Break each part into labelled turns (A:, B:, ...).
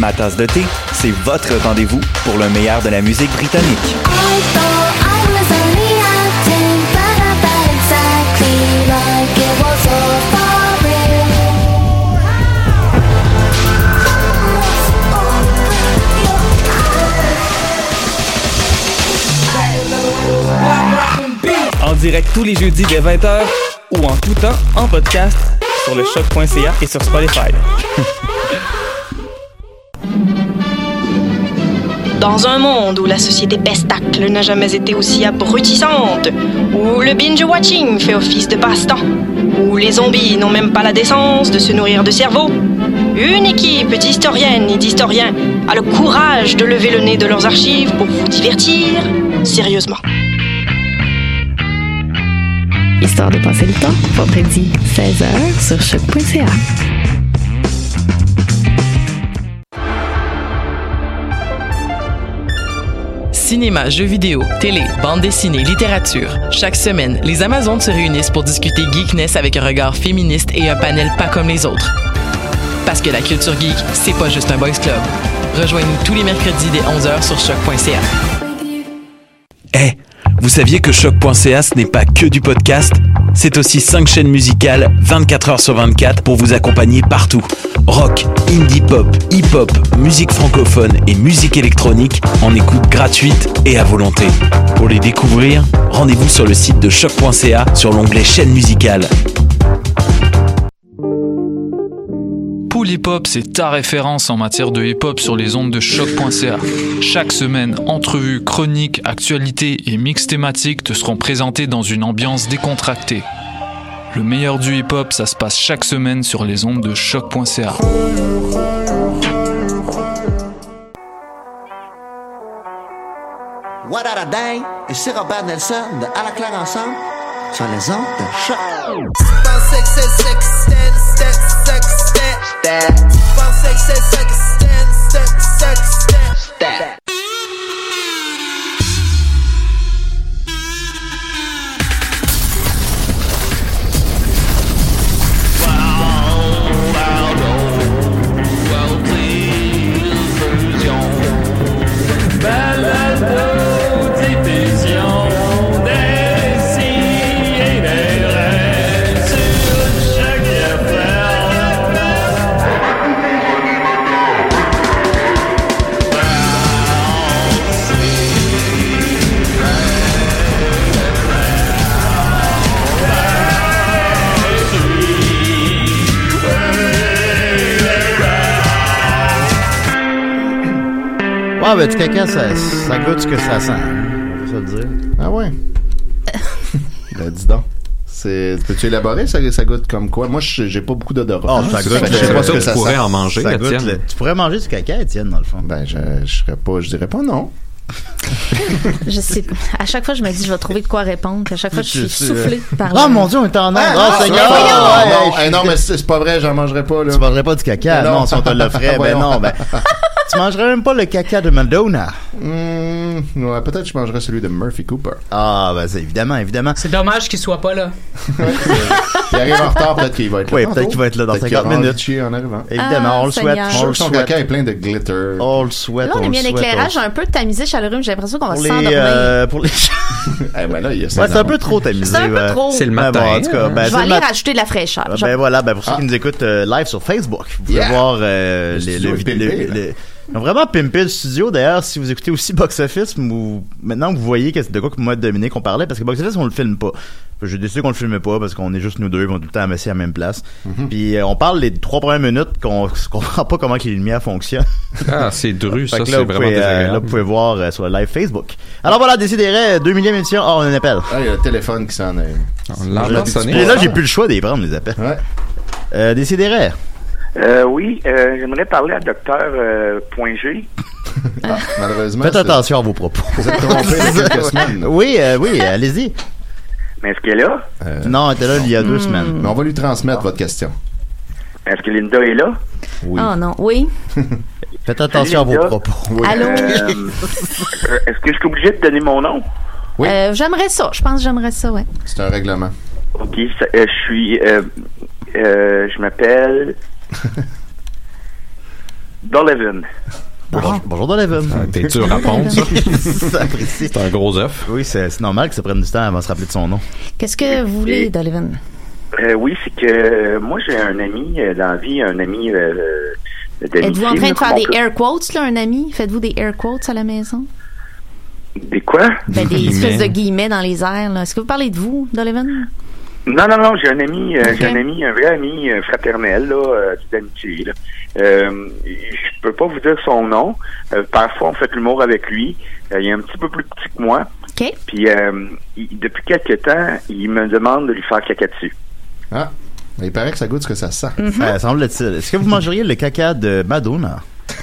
A: Ma tasse de thé, c'est votre rendez-vous pour le meilleur de la musique britannique. En direct tous les jeudis dès 20h ou en tout temps en podcast sur le choc.ca et sur Spotify.
B: Dans un monde où la société pestacle n'a jamais été aussi abrutissante, où le binge-watching fait office de passe-temps, où les zombies n'ont même pas la décence de se nourrir de cerveau, une équipe d'historiennes et d'historiens a le courage de lever le nez de leurs archives pour vous divertir sérieusement.
C: Histoire de passer le temps, vendredi 16h sur choc.ca.
D: Cinéma, jeux vidéo, télé, bande dessinée, littérature. Chaque semaine, les Amazones se réunissent pour discuter geekness avec un regard féministe et un panel pas comme les autres. Parce que la culture geek, c'est pas juste un boys club. Rejoignez-nous tous les mercredis dès 11h sur choc.ca.
E: Hey, vous saviez que choc.ca, ce n'est pas que du podcast? C'est aussi 5 chaînes musicales 24 heures sur 24 pour vous accompagner partout. Rock, indie pop, hip-hop, musique francophone et musique électronique en écoute gratuite et à volonté. Pour les découvrir, rendez-vous sur le site de choc.ca sur l'onglet chaîne musicale.
F: Pool Hip Hop, c'est ta référence en matière de hip-hop sur les ondes de choc.ca. Chaque semaine, entrevues, chroniques, actualités et mix thématiques te seront présentés dans une ambiance décontractée. Le meilleur du hip-hop, ça se passe chaque semaine sur les ondes de choc.ca.
G: What a day! Ici Robert Nelson de À la claire ensemble sur les ondes de choc.
H: Ah, ben, du caca, ça goûte ce que ça sent. On va ça le dire.
I: Ah ouais? Ben, dis donc. Peux-tu élaborer? Ça goûte comme quoi? Moi, j'ai pas beaucoup d'odorat.
H: Oh, ça goûte.
I: Je sais pas ce que
J: tu pourrais en manger, Étienne.
H: Tu pourrais manger du caca, Étienne, dans le fond.
I: Ben, je dirais pas non.
C: Je sais pas. À chaque fois, je me dis, je vais trouver de quoi répondre. À chaque fois, je suis soufflée par
H: là. Oh mon Dieu, on est en air.
I: Non, mais c'est pas vrai, j'en mangerai pas, là.
H: Tu mangerais pas du caca? Non, si on te l'offrait, ben non, ben. Tu mangerais même pas le caca de Madonna.
I: Ouais, peut-être je mangerais celui de Murphy Cooper.
H: Ah, ben c'est évidemment.
K: C'est dommage qu'il soit pas là.
I: Il arrive en retard, peut-être qu'il va être là.
H: Oui, peut-être qu'il va être là dans 50 minutes.
I: En arrivant.
H: Évidemment, on le souhaite.
I: Son caca est plein de glitter.
H: On le souhaite.
C: Là, on est bien d'éclairage, un peu tamisé chaleureuse. J'ai l'impression qu'on va s'endormir.
H: Pour les
I: ben là, il y a
H: c'est un peu trop tamisé.
C: C'est un peu trop.
J: C'est le matin.
H: En tout cas,
C: je vais aller rajouter de la fraîcheur.
H: Ben voilà, pour ceux qui nous écoutent live sur Facebook, vous pouvez voir les vidéos. Ils ont vraiment pimpé le studio. D'ailleurs, si vous écoutez aussi Box Office, maintenant vous voyez de quoi que moi et Dominique on parlait, parce que Box Office on le filme pas. J'ai décidé qu'on le filme pas parce qu'on est juste nous deux, on est tout le temps assis à la même place. Puis on parle les 3 premières minutes qu'on comprend pas comment que les lumières fonctionnent.
J: Ah, c'est dru, ça,
H: là,
J: c'est vraiment désagréable.
H: Là, vous pouvez voir sur le live Facebook. Alors voilà, Décidérez, 2 millième émission. Oh, on a un appel.
I: Ah, il y a le téléphone qui s'en est.
J: On l'entend sonner.
H: Puis là, j'ai plus le choix d'y prendre les appels.
I: Ouais.
H: Décidérez.
L: Oui, j'aimerais parler à Docteur Point G.
I: Ah, malheureusement.
H: Faites attention à vos propos.
I: Vous êtes trompé il y a quelques semaines.
H: Oui, allez-y.
L: Mais est-ce qu'elle est là?
H: Non, elle était là il y a 2 semaines.
I: Mais on va lui transmettre votre question.
L: Est-ce que Linda est là?
I: Oui.
C: Oh non, oui.
H: Faites attention à vos propos.
I: Oui.
C: Allô?
L: Est-ce que je suis obligé de donner mon nom?
I: Oui.
C: J'aimerais ça. Je pense que j'aimerais ça, ouais.
I: C'est un règlement.
L: OK, je suis... je m'appelle... Donovan.
H: Bonjour Donovan.
J: T'es dur à pondre, ça.
H: C'est
J: un gros œuf.
H: Oui, c'est normal que ça prenne du temps avant de se rappeler de son nom.
C: Qu'est-ce que vous voulez, Donovan?
L: Oui, c'est que moi, j'ai un ami dans la vie, un ami
C: Êtes-vous en train de faire des air quotes, là, un ami? Faites-vous des air quotes à la maison?
L: Des quoi?
C: Ben, des espèces de guillemets dans les airs, là. Est-ce que vous parlez de vous, Donovan?
L: Non, j'ai un ami, un vrai ami fraternel, là, d'amitié, là. Je peux pas vous dire son nom. Parfois, on fait de l'humour avec lui. Il est un petit peu plus petit que moi.
C: OK.
L: Puis, depuis quelques temps, il me demande de lui faire caca dessus.
I: Ah, il paraît que ça goûte ce que ça sent.
H: Semble-t-il. Est-ce que vous mangeriez le caca de Madonna?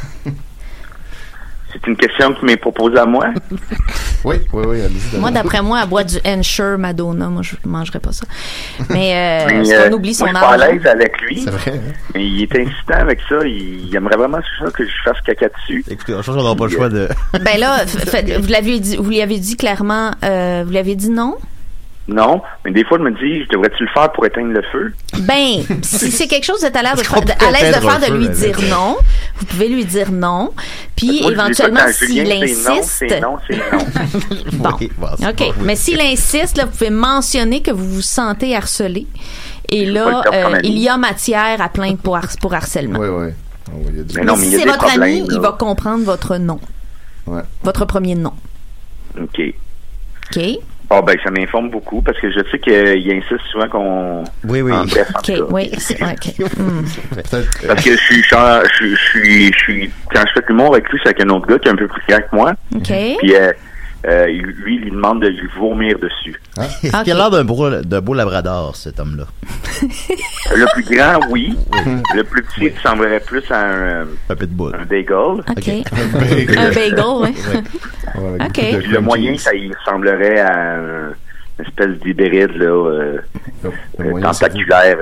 L: C'est une question qui m'est proposée à moi.
I: Oui, allez-y.
C: Moi, d'après moi, elle boit du Ensure Madonna. Moi, je ne mangerais pas ça. Mais on oublie son âge.
L: Je suis pas à l'aise avec lui.
I: C'est vrai. Hein?
L: Mais il est insistant avec ça. Il aimerait vraiment que je fasse caca dessus.
H: Écoutez, je pense qu'on n'aura pas le choix de...
C: Ben là, vous lui avez dit clairement, vous lui avez dit non?
L: Non, mais des fois, je me dis, devrais-tu le faire pour éteindre le feu?
C: Ben, si c'est quelque chose que vous êtes à l'aise de faire, de lui dire non, vous pouvez lui dire non. Puis, moi, éventuellement, s'il insiste...
L: C'est non.
C: Bon, OK. Mais s'il insiste, là, vous pouvez mentionner que vous vous sentez harcelé. Et là, il y a matière à plaindre pour harcèlement.
I: Oui.
C: Mais si c'est votre ami, il va comprendre votre nom.
I: Ouais.
C: Votre premier nom.
L: OK.
C: Ah,
L: ben, ça m'informe beaucoup parce que je sais qu'il insiste souvent qu'on.
H: Oui.
L: Bref,
C: oui, c'est OK.
L: Parce que je suis quand je fais de l'humour avec lui, c'est avec un autre gars qui est un peu plus grand que moi.
C: OK.
L: Puis lui, il lui demande de lui vomir dessus.
H: Hein? Est-ce qu'il a l'air d'un beau labrador, cet homme-là?
L: Le plus grand, oui. Le plus petit, il semblerait plus à un
H: pitbull.
L: Un bagel.
C: OK. Un bagel, oui. OK.
L: Le moyen, ça il ressemblerait à une espèce d'hybride, là, tentaculaire.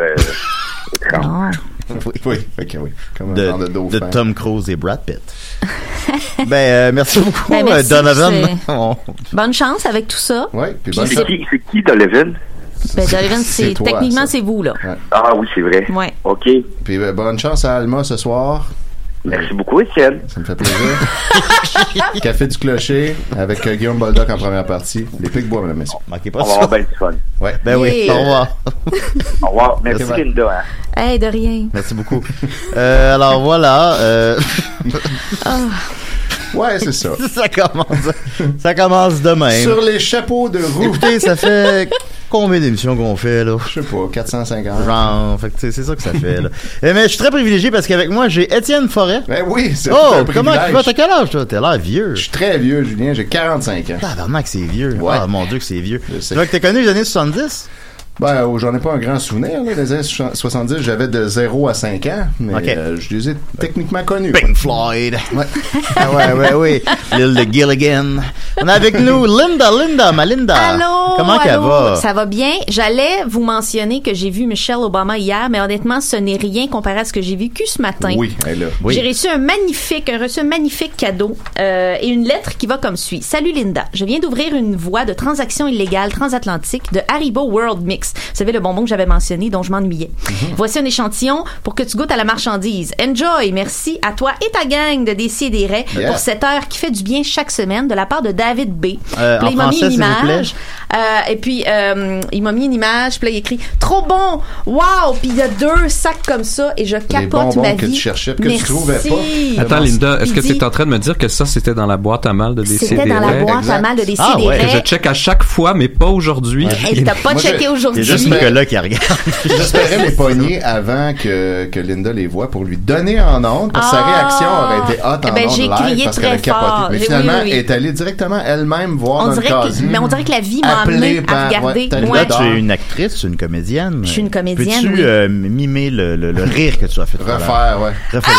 I: Oui. Comme un genre de dauphin.
H: De Tom Cruise et Brad Pitt. Merci beaucoup, Donovan.
C: Bonne chance avec tout ça.
I: Oui.
L: C'est qui Donovan?
C: Donovan, techniquement, c'est vous, là.
I: Ouais.
L: Ah oui, c'est vrai.
C: Ouais.
L: OK.
I: Puis bonne chance à Alma ce soir.
L: Merci beaucoup, Étienne.
I: Ça me fait plaisir. Café du Clocher avec Guillaume Boldoc en première partie. Les Pics-Bois, mesdames et messieurs.
H: Manquez pas
L: ça. On va avoir bien du fun.
I: Ouais.
H: Oui. Au revoir.
L: Au revoir. Merci, Linda.
C: Hey, de rien.
H: Merci beaucoup. Alors, voilà.
I: Ouais, c'est ça.
H: Ça commence demain.
I: Sur les chapeaux de roue.
H: Écoutez, ça fait combien d'émissions qu'on fait, là?
I: Je sais pas, 450.
H: Genre, fait que c'est ça que ça fait, là. Mais je suis très privilégié parce qu'avec moi, j'ai Étienne Forêt.
I: Ben oui, c'est
H: un comment tu vas? T'as quel âge, toi? T'as l'air vieux.
I: Je suis très vieux, Julien. J'ai 45 ans.
H: Tabarnak, c'est vieux.
I: Ouais.
H: Ah, mon Dieu, que c'est vieux. Tu vois que t'as connu les années 70?
I: Ben, j'en ai pas un grand souvenir, là. Les années 70, j'avais de 0 à 5 ans, mais je les ai techniquement connus.
H: Pink Floyd.
I: Ouais.
H: Oui. L'île de Gilligan. On a avec nous Linda, ma Linda.
C: Allô?
H: Comment qu'elle va?
C: Ça va bien. J'allais vous mentionner que j'ai vu Michelle Obama hier, mais honnêtement, ce n'est rien comparé à ce que j'ai vécu ce matin.
I: Oui, elle a.
C: Oui. J'ai reçu un magnifique cadeau et une lettre qui va comme suit. Salut Linda, je viens d'ouvrir une voie de transaction illégale transatlantique de Haribo World Mix. Vous savez, le bonbon que j'avais mentionné, dont je m'ennuyais. Voici un échantillon pour que tu goûtes à la marchandise. Enjoy! Merci à toi et ta gang de Décideret pour cette heure qui fait du bien chaque semaine de la part de David B.
H: En français, s'il vous plaît.
C: Et puis, il m'a mis une image, puis là, il écrit « Trop bon! Wow! » Puis il y a 2 sacs comme ça et je capote ma vie.
I: Que tu cherchais, que tu trouvais pas.
J: Attends, Linda, est-ce que tu es en train de me dire que ça, c'était dans la boîte à mal de Décideret?
C: C'était dans la boîte à mal de Décideret.
J: Que je check à chaque fois, mais pas aujourd'hui.
C: Et t'as pas checké aujourd'hui.
H: C'est juste Nicolas qui regarde.
I: J'espérais les pogner avant que Linda les voit pour lui donner en ondes, parce que sa réaction aurait été hot en ondes
C: j'ai crié
I: parce qu'elle a capoté. Mais finalement, elle est allée directement elle-même voir dans le casier.
C: Mais on dirait que la vie m'a amené à regarder.
H: Là, tu es une actrice, une comédienne.
C: Je suis une comédienne,
H: Peux-tu mimer le rire que tu as fait?
I: Refaire, ouais.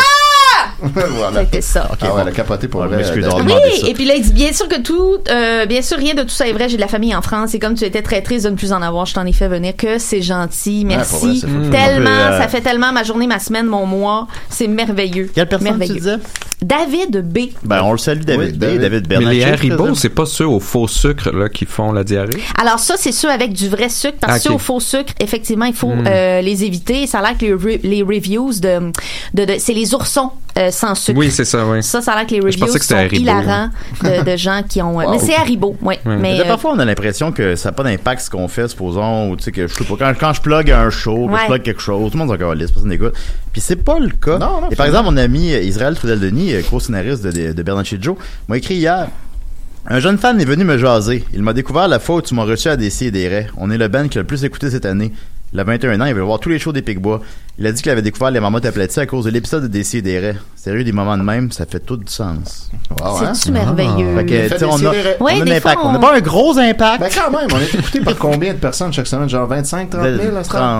C: Voilà. C'était ça.
I: Okay, elle a capoté pour
C: oui, et puis là, il dit bien sûr bien sûr, rien de tout ça est vrai. J'ai de la famille en France et comme tu étais très triste de ne plus en avoir, je t'en ai fait venir que c'est gentil. Merci tellement. Ça fait tellement ma journée, ma semaine, mon mois. C'est merveilleux.
H: Quelle personne tu disais?
C: David B.
H: On le salue, David B. David Bernard.
J: Mais les Haribo, c'est pas ceux au faux sucre là, qui font la diarrhée?
C: Alors ça, c'est ceux avec du vrai sucre. Parce que ceux au faux sucre, effectivement, il faut les éviter. Ça a l'air que les reviews c'est les oursons sans sucre.
J: Oui, c'est ça, oui.
C: Ça a l'air que les reviews sont
J: Haribo,
C: hilarants de gens qui ont... Mais c'est Haribo, oui.
H: Mais parfois, on a l'impression que ça n'a pas d'impact ce qu'on fait, supposons, ou tu sais, que je sais pas, quand je plug un show, que je plug quelque chose, tout le monde s'en calisse, personne n'écoute. Puis c'est pas le cas.
I: Non,
H: et par exemple, mon ami Israël Trudel-Denis, co-scénariste de Bernard Joe, m'a écrit hier: un jeune fan est venu me jaser. Il m'a découvert la fois où tu m'as reçu à Décideret. On est le band qui a le plus écouté cette année. Il a 21 ans, il veut voir tous les shows des Picbois. Il a dit qu'il avait découvert les Marmottes aplaties à cause de l'épisode de Décideret. Sérieux, des moments de même, ça fait tout du sens.
I: Wow,
C: c'est-tu merveilleux?
H: Fait que, on a un impact.
C: On
H: n'a pas un gros impact.
I: Ben quand même, on est écouté par combien de personnes chaque semaine? Genre 25, 30 000?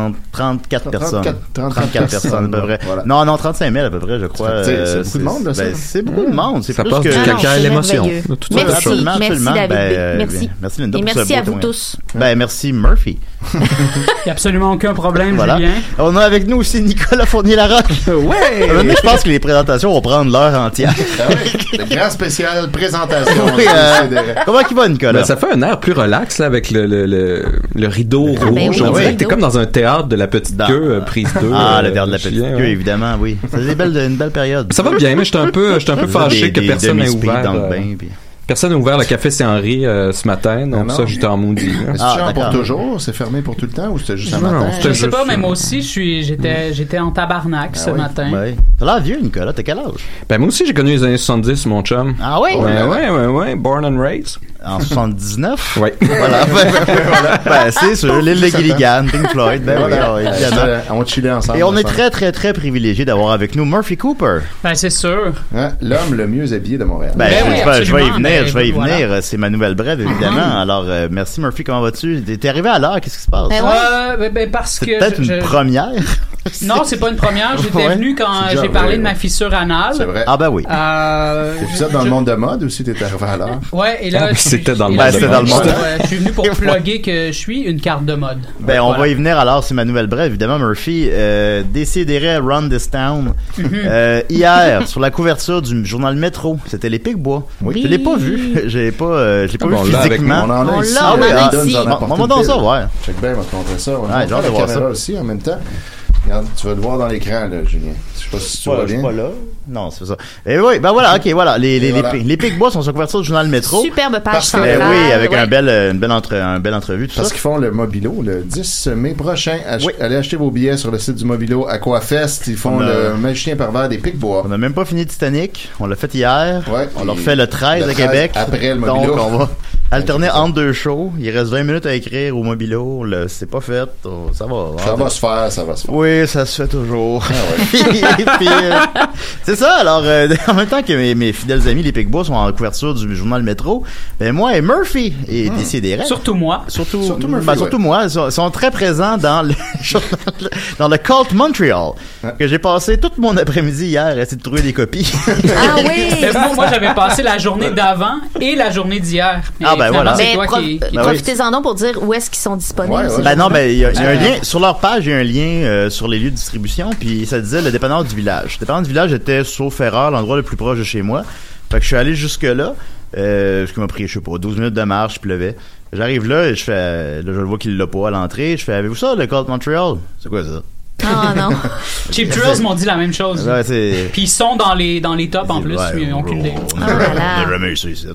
H: 34 personnes. 34 personnes, à peu près.
I: Voilà.
H: Non, 35 000 à peu près, je crois.
I: C'est beaucoup de monde, là, ça?
H: C'est beaucoup de monde.
J: Ça passe du caca à l'émotion.
C: Merci, David. Merci.
H: Merci, Linda.
C: Et merci à vous tous.
H: Merci, Murphy.
K: Il n'y a absolument aucun problème,
H: voilà.
K: Julien.
H: On a avec nous aussi Nicolas Fournier-Larocque.
I: Ouais!
H: Je pense que les présentations vont prendre l'heure entière.
I: Le grand spécial présentation.
H: Oui, comment il va, Nicolas?
J: Ben, ça fait un air plus relax là, avec le rideau rouge.
C: Ben oui,
J: on dirait que t'es comme dans un théâtre de la petite queue, prise 2.
H: Le théâtre de la petite queue, évidemment, oui. C'est une belle période.
J: Ça va bien, mais j'étais un peu fâché que personne n'ait ouvert. Personne n'a ouvert le café Saint-Henri ce matin, donc ça, j'étais en maudit.
I: C'est pour toujours? C'est fermé pour tout le temps ou c'était juste un matin?
K: Je sais pas, mais moi aussi, j'étais en tabarnak ce matin.
H: Ouais. T'as l'air vieux, Nicolas. T'as quel âge?
J: Ben, moi aussi, j'ai connu les années 70, mon chum.
H: Ah oui?
J: Ouais. Born and raised.
H: En 79?
J: Oui.
H: Voilà. Ben, c'est sûr. L'île de Gilligan, Pink Floyd. Ben oui, évidemment.
I: On chillait ensemble.
H: Et on est très, très, très privilégiés d'avoir avec nous Murphy Cooper.
K: Ben, c'est sûr.
I: L'homme le mieux habillé de Montréal.
H: Ben, je vais y venir. C'est ma nouvelle brève, évidemment. Alors, merci Murphy, comment vas-tu? T'es arrivé à l'heure, qu'est-ce qui se passe?
K: Parce que...
H: C'est peut-être une première?
K: Non, c'est pas une première. J'étais venu quand j'ai parlé de ma fissure anale.
I: C'est vrai.
H: Ah ben oui.
I: C'est ça dans le monde de mode ou si t'étais arrivé à l'heure?
K: Ouais, et là...
J: C'était dans le monde.
K: Je suis venu pour plugger que je suis une carte de mode.
H: Ben, on va y venir alors, c'est ma nouvelle brève, évidemment, Murphy. Décidérez Run This Town. Hier, sur la couverture du journal Métro, c'était les Picbois.
C: Oui.
H: Je l'ai pas vu. Je l'ai pas vu physiquement.
I: On en a ici.
C: On l'a ici.
H: On va dans ça, ouais.
I: Check bien, on va te montrer ça. On
H: Ouais, j'ai hâte de voir ça.
I: aussi en même temps. Regarde, tu vas le voir dans l'écran, là, Julien. Je sais pas si tu vois bien.
H: Je suis pas là. Non, c'est ça. Et oui, ben voilà, ok, voilà. Les Picbois sont sur la couverture du journal Métro.
C: Superbe page
H: centrale. Oui, avec un belle entrevue, tout ça.
I: Parce qu'ils font le Mobilo le 10 mai prochain. Allez acheter vos billets sur le site du Mobilo Aquafest. Ils font le magicien pervers des Picbois.
H: On n'a même pas fini Titanic. On l'a fait hier.
I: Ouais,
H: on l'a refait le 13 à Québec.
I: Après le Mobilo.
H: Donc, on va alterner entre deux shows. Il reste 20 minutes à écrire au Mobilo. C'est pas fait. Ça va.
I: Ça va se faire.
H: Oui, ça se fait toujours. Puis, c'est ça. Alors, en même temps que mes fidèles amis, les Picbois, sont en couverture du journal Métro, ben moi et Murphy et Décidérez.
K: Surtout moi.
H: Surtout moi. Sont très présents dans le dans le Cult Montreal, que j'ai passé toute mon après-midi hier à essayer de trouver des copies.
C: Ah oui!
K: Moi, j'avais passé la journée d'avant et la journée d'hier.
H: Ah ben voilà.
C: Profitez-en donc pour dire où est-ce qu'ils sont disponibles.
H: Ben non, ben il y a un lien sur leur page, il y a un lien sur les lieux de distribution, puis ça disait le dépanneur du village. Le dépanneur du village était, sauf erreur, l'endroit le plus proche de chez moi. Fait que je suis allé jusque là, ce qui m'a pris, je sais pas, 12 minutes de marche, il pleuvait. J'arrive là et je le vois qu'il l'a pas à l'entrée. Je fais, avez-vous ça, le Cult Montreal? C'est quoi ça?
C: Ah non.
K: Cheap Thrills m'ont dit la même chose.
H: Ouais,
K: puis ils sont dans les tops en plus, mais ils n'ont aucune idée.
H: On n'a jamais eu ça ici.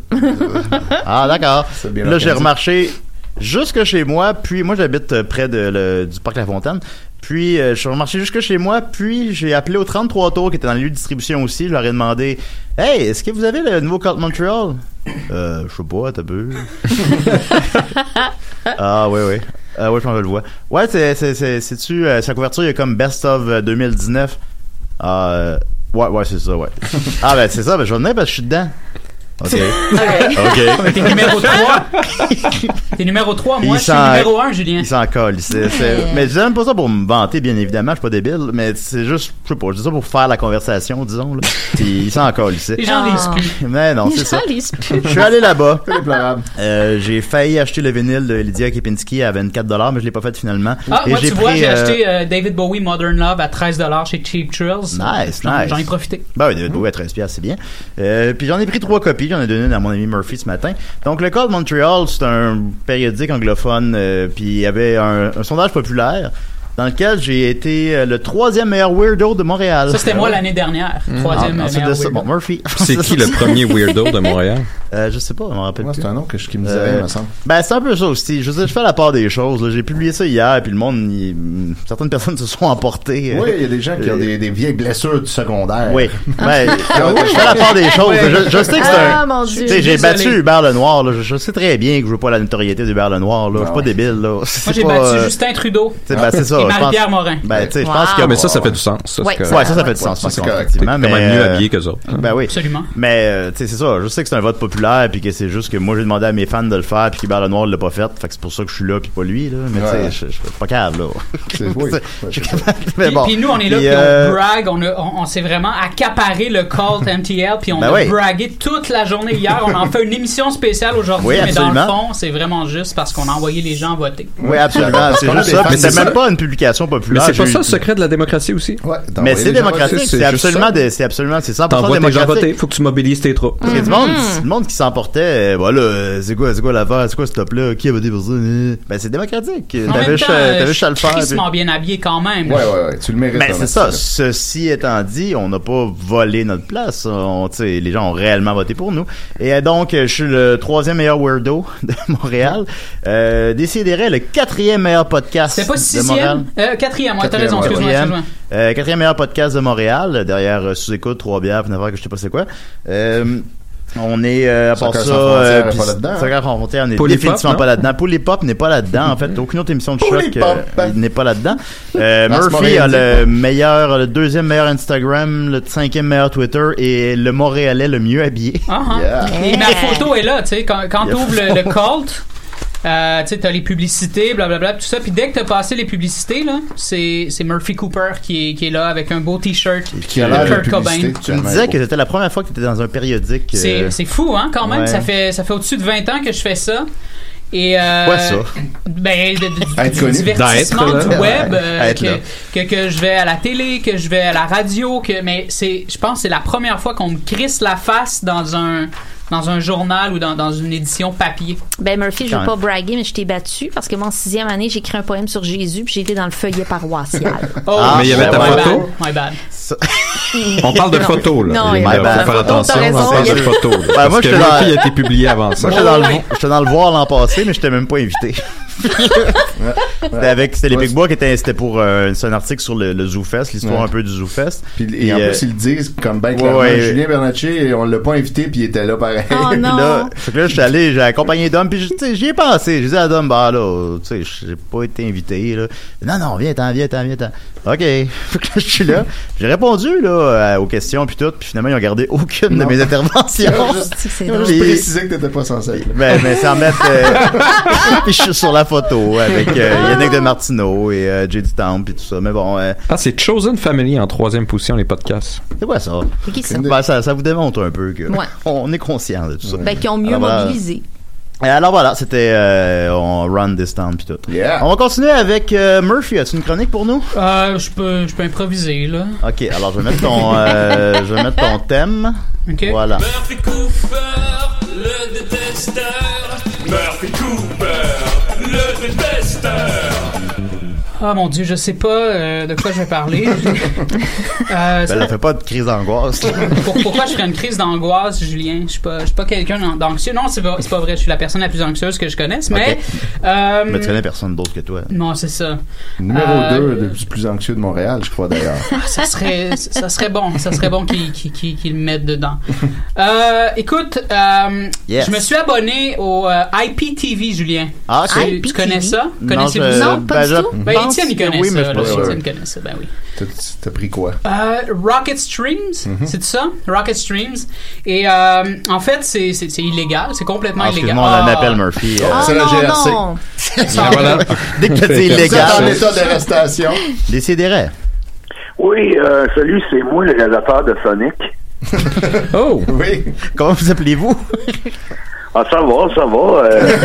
H: Ah d'accord. Là j'ai remarché jusque chez moi, puis moi j'habite près du parc La Fontaine. Puis je suis remarché jusque chez moi, puis j'ai appelé au 33 tours qui était dans les lieux de distribution aussi. Je leur ai demandé, hey, est-ce que vous avez le nouveau Cult Montreal? Je sais pas, t'as peu. Ah oui. Ouais, je m'en veux le voir. Ouais, c'est-tu sa couverture, il y a comme Best of 2019. Ouais, c'est ça, ouais. Ah ben c'est ça, ben je vais venir parce que je suis dedans. OK.
K: T'es numéro 3. T'es numéro 3, moi je suis numéro 1, Julien.
H: Il s'en colle. Mais je dis même pas ça pour me vanter, bien évidemment, je suis pas débile, mais c'est juste, je sais pas, je dis ça pour faire la conversation, disons. Là. Il s'en colle ici.
K: Les gens lisent plus.
H: Mais non, c'est ça. Je suis allé là-bas. J'ai failli acheter le vinyle de Lydia Kepinski à $24, mais je l'ai pas fait finalement.
K: Ah, moi tu vois, j'ai acheté David Bowie Modern Love à $13 chez Cheap Thrills.
H: Nice.
K: J'en ai profité.
H: Ben oui, David Bowie à 13$, c'est bien. Puis j'en ai pris 3 copies. J'en ai donné une à mon ami Murphy ce matin. Donc, le Cult Montreal, c'est un périodique anglophone, puis il y avait un sondage populaire dans lequel j'ai été le 3e meilleur weirdo de Montréal.
K: Ça, c'était moi l'année dernière. 3e meilleur weirdo.
H: Bon, Murphy.
J: C'est qui le premier weirdo de Montréal?
H: Je sais pas, je m'en rappelle plus.
I: C'est un nom qui me disait rien, me semble.
H: Ben, c'est un peu ça aussi. Je fais la part des choses. Là. J'ai publié ça hier, puis le monde, certaines personnes se sont emportées.
I: Oui, il y a des gens qui ont des vieilles blessures du secondaire.
H: Oui. Ben, je fais la part des choses. Je sais que c'est un...
C: mon Dieu.
H: Tu sais, j'ai battu Hubert Lenoir, là. Je sais très bien que je veux pas la notoriété d'Hubert Lenoir, là. Je suis pas débile, là.
K: Moi, j'ai battu Justin Trudeau.
H: Ben, c'est ça.
K: Et Marie-Pierre Morin.
H: Ben, tu sais, je pense que...
J: mais ça fait du sens. Ça,
H: ouais, ça fait du sens.
J: C'est effectivement. Mais mieux habillé qu'eux autres.
H: Ben oui.
K: Absolument.
H: Mais, tu sais, c'est ça. Je sais que c'est un vote populaire, puis que c'est juste que moi, j'ai demandé à mes fans de le faire, puis qu'Hubert Lenoir l'a pas fait. Fait que c'est pour ça que je suis là, puis pas lui, là. Mais tu sais, je suis pas capable, là.
K: Mais bon. Puis nous, on est là, puis on brag, on s'est vraiment accaparé le cult MTL, puis on a bragué toute la journée hier. On en fait une émission spéciale aujourd'hui, mais dans le fond, c'est vraiment juste parce qu'on a envoyé les gens voter.
H: Oui, absolument. C'est juste ça. Mais c'est même pas une publication populaire.
J: Mais c'est pas ça le secret de la démocratie aussi.
I: Ouais.
H: Mais c'est démocratique. C'est absolument, c'est 100%
J: t'envoies tes gens voter. Faut que tu mobilises tes troupes.
H: Il y a du monde qui s'emportait. Voilà, c'est quoi l'affaire? C'est quoi ce top-là? Qui a voté pour ça? Ben, c'est démocratique. T'avais juste à le faire.
K: Crissement bien habillé quand même.
I: Ouais. Tu le mérites.
H: Mais c'est ça. Ceci étant dit, on n'a pas volé notre place. Les gens ont réellement voté pour nous. Et donc, je suis le 3e meilleur weirdo de Montréal. Décidérez le 4e meilleur podcast
K: de
H: Montréal.
K: 4e, ouais, t'as raison, excuse-moi.
H: 4e meilleur podcast de Montréal, derrière Sous-Écoute, 3 bières, une affaire que je sais pas c'est quoi. On est, à part ça, Soccer sans frontières, on est définitivement pas là-dedans. Polypop n'est pas là-dedans, en fait. Aucune autre émission de choc n'est pas là-dedans. Murphy a le 2e meilleur Instagram, le 5e meilleur Twitter et le Montréalais le mieux habillé.
K: Et ma photo est là, tu sais, quand t'ouvres le cult, tu sais, t'as les publicités, blablabla, tout ça. Puis dès que t'as passé les publicités, là, c'est Murphy Cooper qui est là avec un beau t-shirt
I: de Kurt Cobain.
H: Tu me disais que c'était la première fois que t'étais dans un périodique.
K: C'est fou, hein, quand même. Ouais. Ça fait au-dessus de 20 ans que je fais ça. Et
H: quoi ça?
K: Ben, du divertissement du web, que je vais à la télé, que je vais à la radio, mais je pense que c'est la première fois qu'on me crisse la face dans un journal ou dans une édition papier.
C: Ben Murphy, je veux pas braguer, mais je t'ai battu parce que moi, en 6e année, j'ai écrit un poème sur Jésus puis j'ai été dans le feuillet paroissial.
J: Mais il y avait ta photo.
K: My bad.
J: On parle de photos, là.
C: Non,
J: il faut faire attention, on parle de photos. Parce que Murphy a été publié avant ça.
H: Moi, j'étais dans le voir l'an passé, mais j'étais même pas invité. C'était les Big Bois c'était pour c'est un article sur le ZooFest, l'histoire un peu du ZooFest.
I: Et en plus ils le disent comme ben clairement. Julien Bernatchez, on l'a pas invité puis il était là pareil.
C: Oh non.
H: Là, j'ai accompagné Dom puis j'y ai pensé. J'ai dit à Dom, bah là, tu sais, j'ai pas été invité là. Non, viens-t'en. OK. Je suis là. J'ai répondu là aux questions puis tout, puis finalement ils ont gardé aucune de mes interventions.
I: Ils ont juste précisé que t'étais pas censé être là.
H: Mais sans mettre puis je suis sur la photo avec Yannick de Martineau et J.D. Town puis tout ça. Mais bon.
J: C'est Chosen Family en 3e position, les podcasts.
H: C'est quoi ça?
C: C'est qui ça?
H: Ben, ça vous démontre un peu qu'on est conscient de tout ça.
C: Ben, qu'ils ont mieux mobilisé.
H: Alors voilà, c'était on run this town puis tout.
I: Yeah.
H: On va continuer avec Murphy. As-tu une chronique pour nous?
K: Je peux improviser là.
H: Ok, alors je vais mettre ton thème.
K: Ok.
H: Voilà.
M: Murphy Cooper, le détesteur. Murphy Cooper, le détesteur.
K: Ah mon Dieu, je sais pas de quoi je vais parler.
H: Elle fait pas de crise d'angoisse.
K: Pourquoi je ferais une crise d'angoisse, Julien? Je suis pas quelqu'un d'anxieux. Non, c'est pas vrai. Je suis la personne la plus anxieuse que je connaisse, mais...
H: Mais tu connais personne d'autre que toi.
K: Non, c'est ça.
I: Numéro 2 du plus anxieux de Montréal, je crois d'ailleurs.
K: Ça serait bon. Ça serait bon qu'ils le mettent dedans. Écoute, je me suis abonné au IPTV, Julien.
H: Ah, ok.
K: Tu connais ça? Connaissez-vous ça?
C: Non, pas du tout.
K: Étienne, il connaît
H: oui,
K: ça.
H: Étienne
K: connaît ça, ben oui.
I: T'as pris quoi?
K: Rocket Streams, c'est ça? Rocket Streams. Et en fait, c'est illégal. C'est complètement illégal.
H: Excuse-moi, on appelle Murphy.
I: C'est la GRC.
J: Voilà.
H: Dès que c'est illégal.
I: En état d'arrestation.
H: Décidérez.
L: Oui, salut, c'est moi le réalisateur de Sonic.
J: Oh!
I: Oui.
H: Comment vous appelez-vous?
L: Ah, ça va.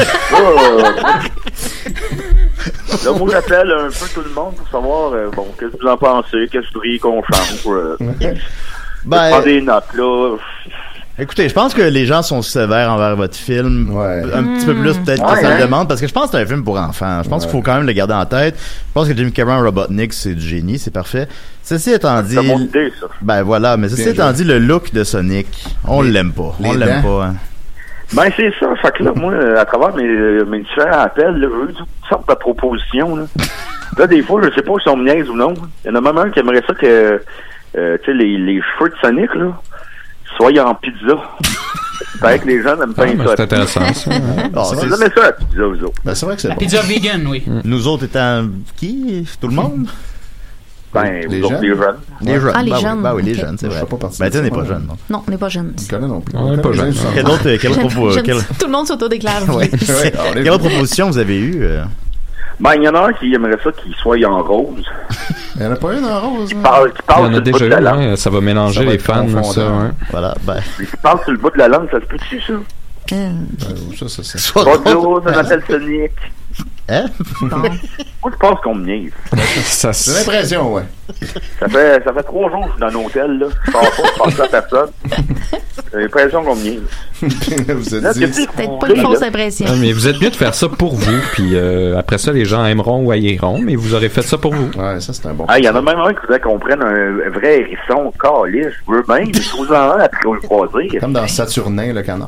L: Là, moi, j'appelle un peu tout le monde pour savoir, qu'est-ce que vous en pensez, qu'est-ce que vous voudriez qu'on change. Prends des notes, là.
H: Écoutez, je pense que les gens sont sévères envers votre film. Un petit peu plus peut-être que ça le demande, parce que je pense que c'est un film pour enfants. Je pense qu'il faut quand même le garder en tête. Je pense que Jim Cameron Robotnik, c'est du génie, c'est parfait. Ceci étant dit...
L: C'est une bonne idée, ça.
H: Ben voilà, mais ceci étant dit, le look de Sonic, on l'aime pas. On l'aime pas, hein.
L: Ben, c'est ça. Fait que là, moi, à travers mes différents appels, là, j'ai eu toutes sortes de propositions, là. Là, des fois, je sais pas si on me niaise ou non. Il y en a même un qui aimerait ça que, tu sais, les cheveux de Sonic, là, soient en pizza. Fait que les gens n'aiment pas ça.
J: C'est intéressant, ça.
L: Vous aimez ça, la pizza, vous autres?
I: Ben, c'est vrai que c'est
K: La
I: bon.
K: pizza vegan, oui.
H: Nous autres étant qui? Tout le monde?
L: Ben,
I: les
L: vous autres,
I: jeunes.
L: les jeunes.
H: Les jeunes.
C: Ah, les jeunes.
H: Ben oui, les
C: Ok.
H: jeunes, c'est
I: Je
H: vrai.
I: fais pas partie
H: Ben,
I: de
H: tu
I: ça,
H: n'es pas
I: moi.
H: jeune, non?
C: Non, on n'est pas jeunes.
I: Je connais non plus.
J: On est pas jeune.
H: Quelle autre
C: Tout le monde s'autodéclare.
H: quelle autre proposition vous avez eue?
L: Ben, il y en a un qui aimerait ça qu'il soit en rose.
I: Il n'y en a pas une en rose.
L: Qui
I: hein?
L: parle
J: Il y en
L: sur
J: a
L: le bout
J: déjà
L: de
J: eu,
L: la langue.
J: hein, ça va mélanger
I: Ça va
J: les
I: être
J: fans,
I: confondant.
J: ça, ouais.
H: Voilà, ben...
L: Qui parle sur le bout de la langue, ça se peut-tu, ça?
I: Ça.
L: Bonjour, ça m'appelle Sonic.
H: Hein?
L: Moi, je pense qu'on me niaise.
I: J'ai l'impression, ouais.
L: Ça fait 3 jours que je suis dans un hôtel, là. Je parle pas, je parle pas à personne. J'ai l'impression qu'on me niaise.
I: Vous êtes
L: Là,
I: dit...
C: Peut-être pas une fausse impression.
J: Ah, mais vous êtes mieux de faire ça pour vous, puis après ça, les gens aimeront ou haïront, mais vous aurez fait ça pour vous.
I: Ouais, ça, c'est un bon.
L: Ah, il y en a même un qui voudrait qu'on prenne un vrai hérisson calice. Je veux bien, mais je vous en après qu'on le croise.
I: Comme dans Saturnin, le canard.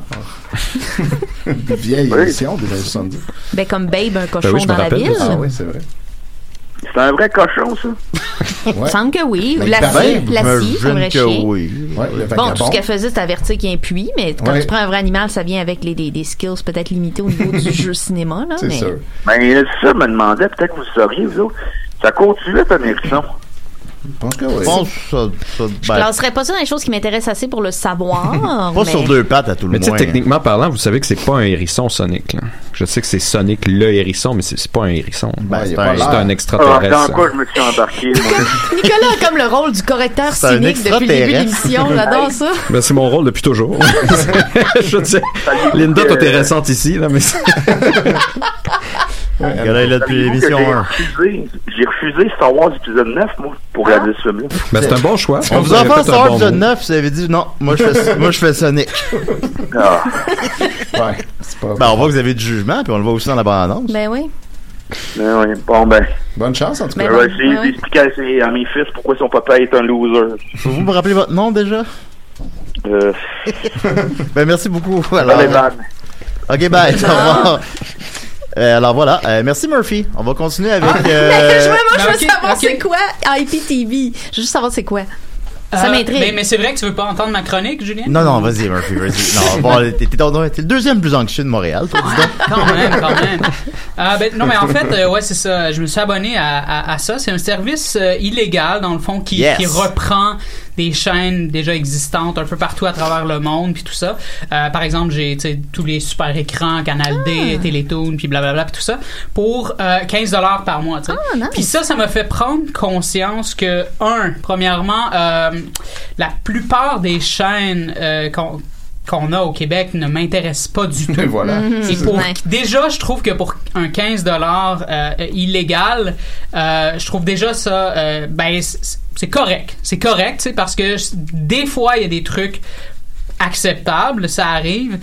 I: Une vieille édition des années 70.
C: Ben, comme Babe, un cochon
J: Ben oui, je me
C: dans la
J: rappelle de
C: ville.
J: ça.
I: Ah oui, c'est vrai.
L: C'est un vrai cochon, ça.
C: Il me semble que oui.
I: Mais
C: Lassie,
I: il
C: Lassie, un vrai chien.
H: oui.
I: Ouais, le
C: Bon,
I: vagabond.
C: tout ce qu'elle faisait, c'est avertir qu'il y a un puits, mais quand
I: Ouais.
C: tu prends un vrai animal, ça vient avec des skills peut-être limités au niveau du jeu cinéma, là.
I: C'est
C: Mais...
I: sûr.
L: Ben, ça me demandait, peut-être que vous sauriez, vous autres. Ça continue un hérisson.
I: Je pense que oui.
H: Je pense que
C: Je
H: ben,
C: classerais pas ça dans les choses qui m'intéressent assez pour le savoir.
H: pas sur 2 pattes à tout le
J: Mais tu sais,
H: moins.
J: techniquement parlant, vous savez que c'est pas un hérisson Sonic, là. Je sais que c'est Sonic le hérisson, mais c'est pas un hérisson.
H: Ben,
I: il y
H: c'est
I: a pas
H: un-
J: C'est un
L: Alors, dans
J: extraterrestre.
L: quoi je me suis embarqué, moi?
C: Nicolas a comme le rôle du correcteur
H: C'est un
C: cynique depuis le début de
H: extraterrestre.
C: l'émission. J'adore ça.
J: Ben, c'est mon rôle depuis toujours. Je sais. Linda, toi, t'es récente ici, là, mais
H: Le gars-là est là depuis
L: Savez-vous que
H: l'émission 1.
L: j'ai refusé Star Wars épisode 9, moi, pour regarder ce film-là.
J: ben, c'est un bon choix.
H: On vous
J: avez
H: a fait
J: fait un
H: Star Wars
J: bon
H: épisode
J: move.
H: 9, vous avez dit non, moi je fais Sonic.
L: Ah.
I: Ouais, c'est pas...
H: Ben, on voit que vous avez du jugement, puis on le voit aussi dans la bande-annonce.
C: Ben oui.
L: Ben oui, bon, ben.
I: Bonne chance, en tout cas.
C: Ben
L: Je vais
C: oui,
L: essayer
C: ben oui.
L: d'expliquer à mes fils pourquoi son papa est un loser.
H: Pouvez-vous me rappeler votre nom déjà? Ben, merci beaucoup. Alors,
L: Allez, Van.
H: ok, bye. Au revoir. Alors voilà, merci Murphy. On va continuer avec.
C: Moi, je veux
K: ok,
C: savoir
K: ok.
C: c'est quoi IPTV. Je veux juste savoir c'est quoi. Ça m'intrigue.
K: Mais c'est vrai que tu veux pas entendre ma chronique, Julien?
H: Non, vas-y Murphy, vas-y. Non, bon, t'es le deuxième plus anxieux de Montréal, toi, dis donc.
K: Quand même. Non, mais en fait, ouais, c'est ça. Je me suis abonné à ça. C'est un service illégal, dans le fond, qui reprend des chaînes déjà existantes un peu partout à travers le monde, puis tout ça. Par exemple, j'ai tous les super écrans, Canal D, Télétoon, puis blablabla, puis tout ça, pour $15 par mois.
C: Nice.
K: Puis ça m'a fait prendre conscience que, premièrement, la plupart des chaînes qu'on a au Québec ne m'intéresse pas du tout.
I: Voilà.
K: Et déjà, je trouve que pour un $15 illégal, je trouve déjà ça, c'est correct. C'est correct, tu sais, parce que des fois, il y a des trucs acceptables, ça arrive,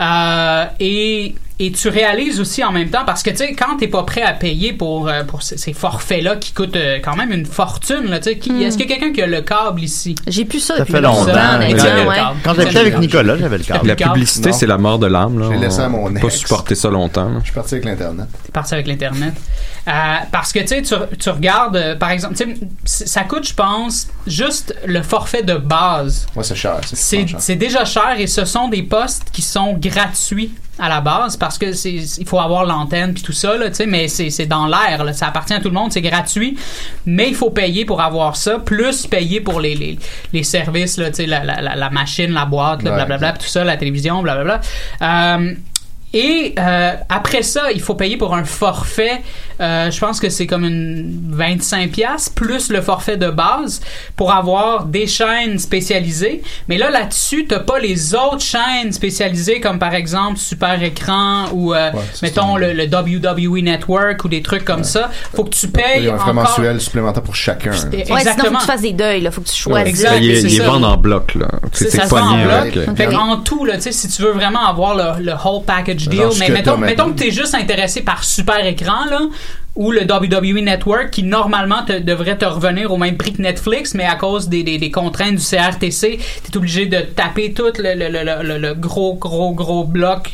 K: et tu réalises aussi en même temps, parce que tu sais, quand t'es pas prêt à payer pour ces forfaits-là qui coûtent quand même une fortune, là, tu sais, est-ce qu'il y a quelqu'un qui a le câble ici?
C: J'ai plus ça
H: Ça
C: depuis
H: fait longtemps.
C: ouais.
H: Quand j'habitais avec Nicolas, j'avais le câble.
J: La publicité,
I: Non.
J: c'est la mort de l'âme, là.
I: J'ai laissé à mon
J: On peut
I: ex.
J: pas supporter ça longtemps, là.
I: Je suis parti avec l'Internet.
K: T'es parti avec l'Internet. Parce que, tu sais, tu regardes, par exemple, tu sais, ça coûte, je pense, juste le forfait de base.
I: Ouais, c'est cher.
K: C'est déjà cher, et ce sont des postes qui sont gratuits à la base, parce que il faut avoir l'antenne puis tout ça, là, tu sais, mais c'est dans l'air, là, ça appartient à tout le monde, c'est gratuit, mais il faut payer pour avoir ça, plus payer pour les services, là, tu sais, la machine, la boîte, là, blablabla, puis tout ça, la télévision, blablabla. Et après ça, il faut payer pour un forfait je pense que c'est comme une 25$ plus le forfait de base pour avoir des chaînes spécialisées. Mais là-dessus, t'as pas les autres chaînes spécialisées comme par exemple Super Écran ou mettons le WWE Network ou des trucs comme ça. Faut que tu payes
I: il y a un frais mensuel supplémentaire pour chacun.
C: Exactement. Sinon, faut que tu fasses des deuils, là. Faut que tu choisisses.
J: Exact, ils vendent en bloc, là.
K: Ça se vend en bloc. Fait en tout, là, tu sais, si tu veux vraiment avoir le whole package deal, mais mettons que t'es juste intéressé par Super Écran, là, ou le WWE Network qui normalement devrait te revenir au même prix que Netflix, mais à cause des contraintes du CRTC, t'es obligé de taper tout le gros bloc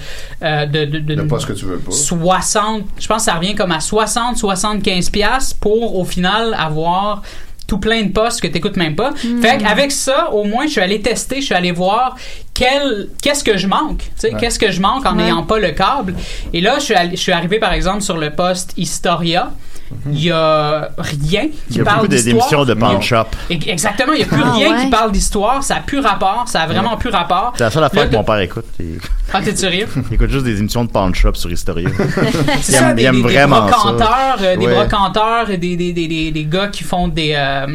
K: de
I: pas ce que tu veux pas.
K: 60, je pense que ça revient comme à 60-75$ pour au final avoir tout plein de postes que t'écoutes même pas. Fait qu'avec ça, au moins, je suis allé tester, je suis allé voir qu'est-ce que je manque, tu sais, qu'est-ce que je manque en n'ayant pas le câble. Et là, je suis arrivé, par exemple, sur le poste Historia. Il y a rien qui parle d'histoire. Il y a beaucoup d'émissions
H: de Pawn Shop.
K: Exactement, il y a plus rien qui parle d'histoire. Ça a plus rapport, ça a vraiment plus rapport.
H: C'est la seule affaire que mon père écoute.
K: Ah, t'es sérieux?
H: Il écoute juste des émissions de Pawn Shop sur Historia.
K: C'est ça, il aime vraiment ça. Des brocanteurs, des gars qui font des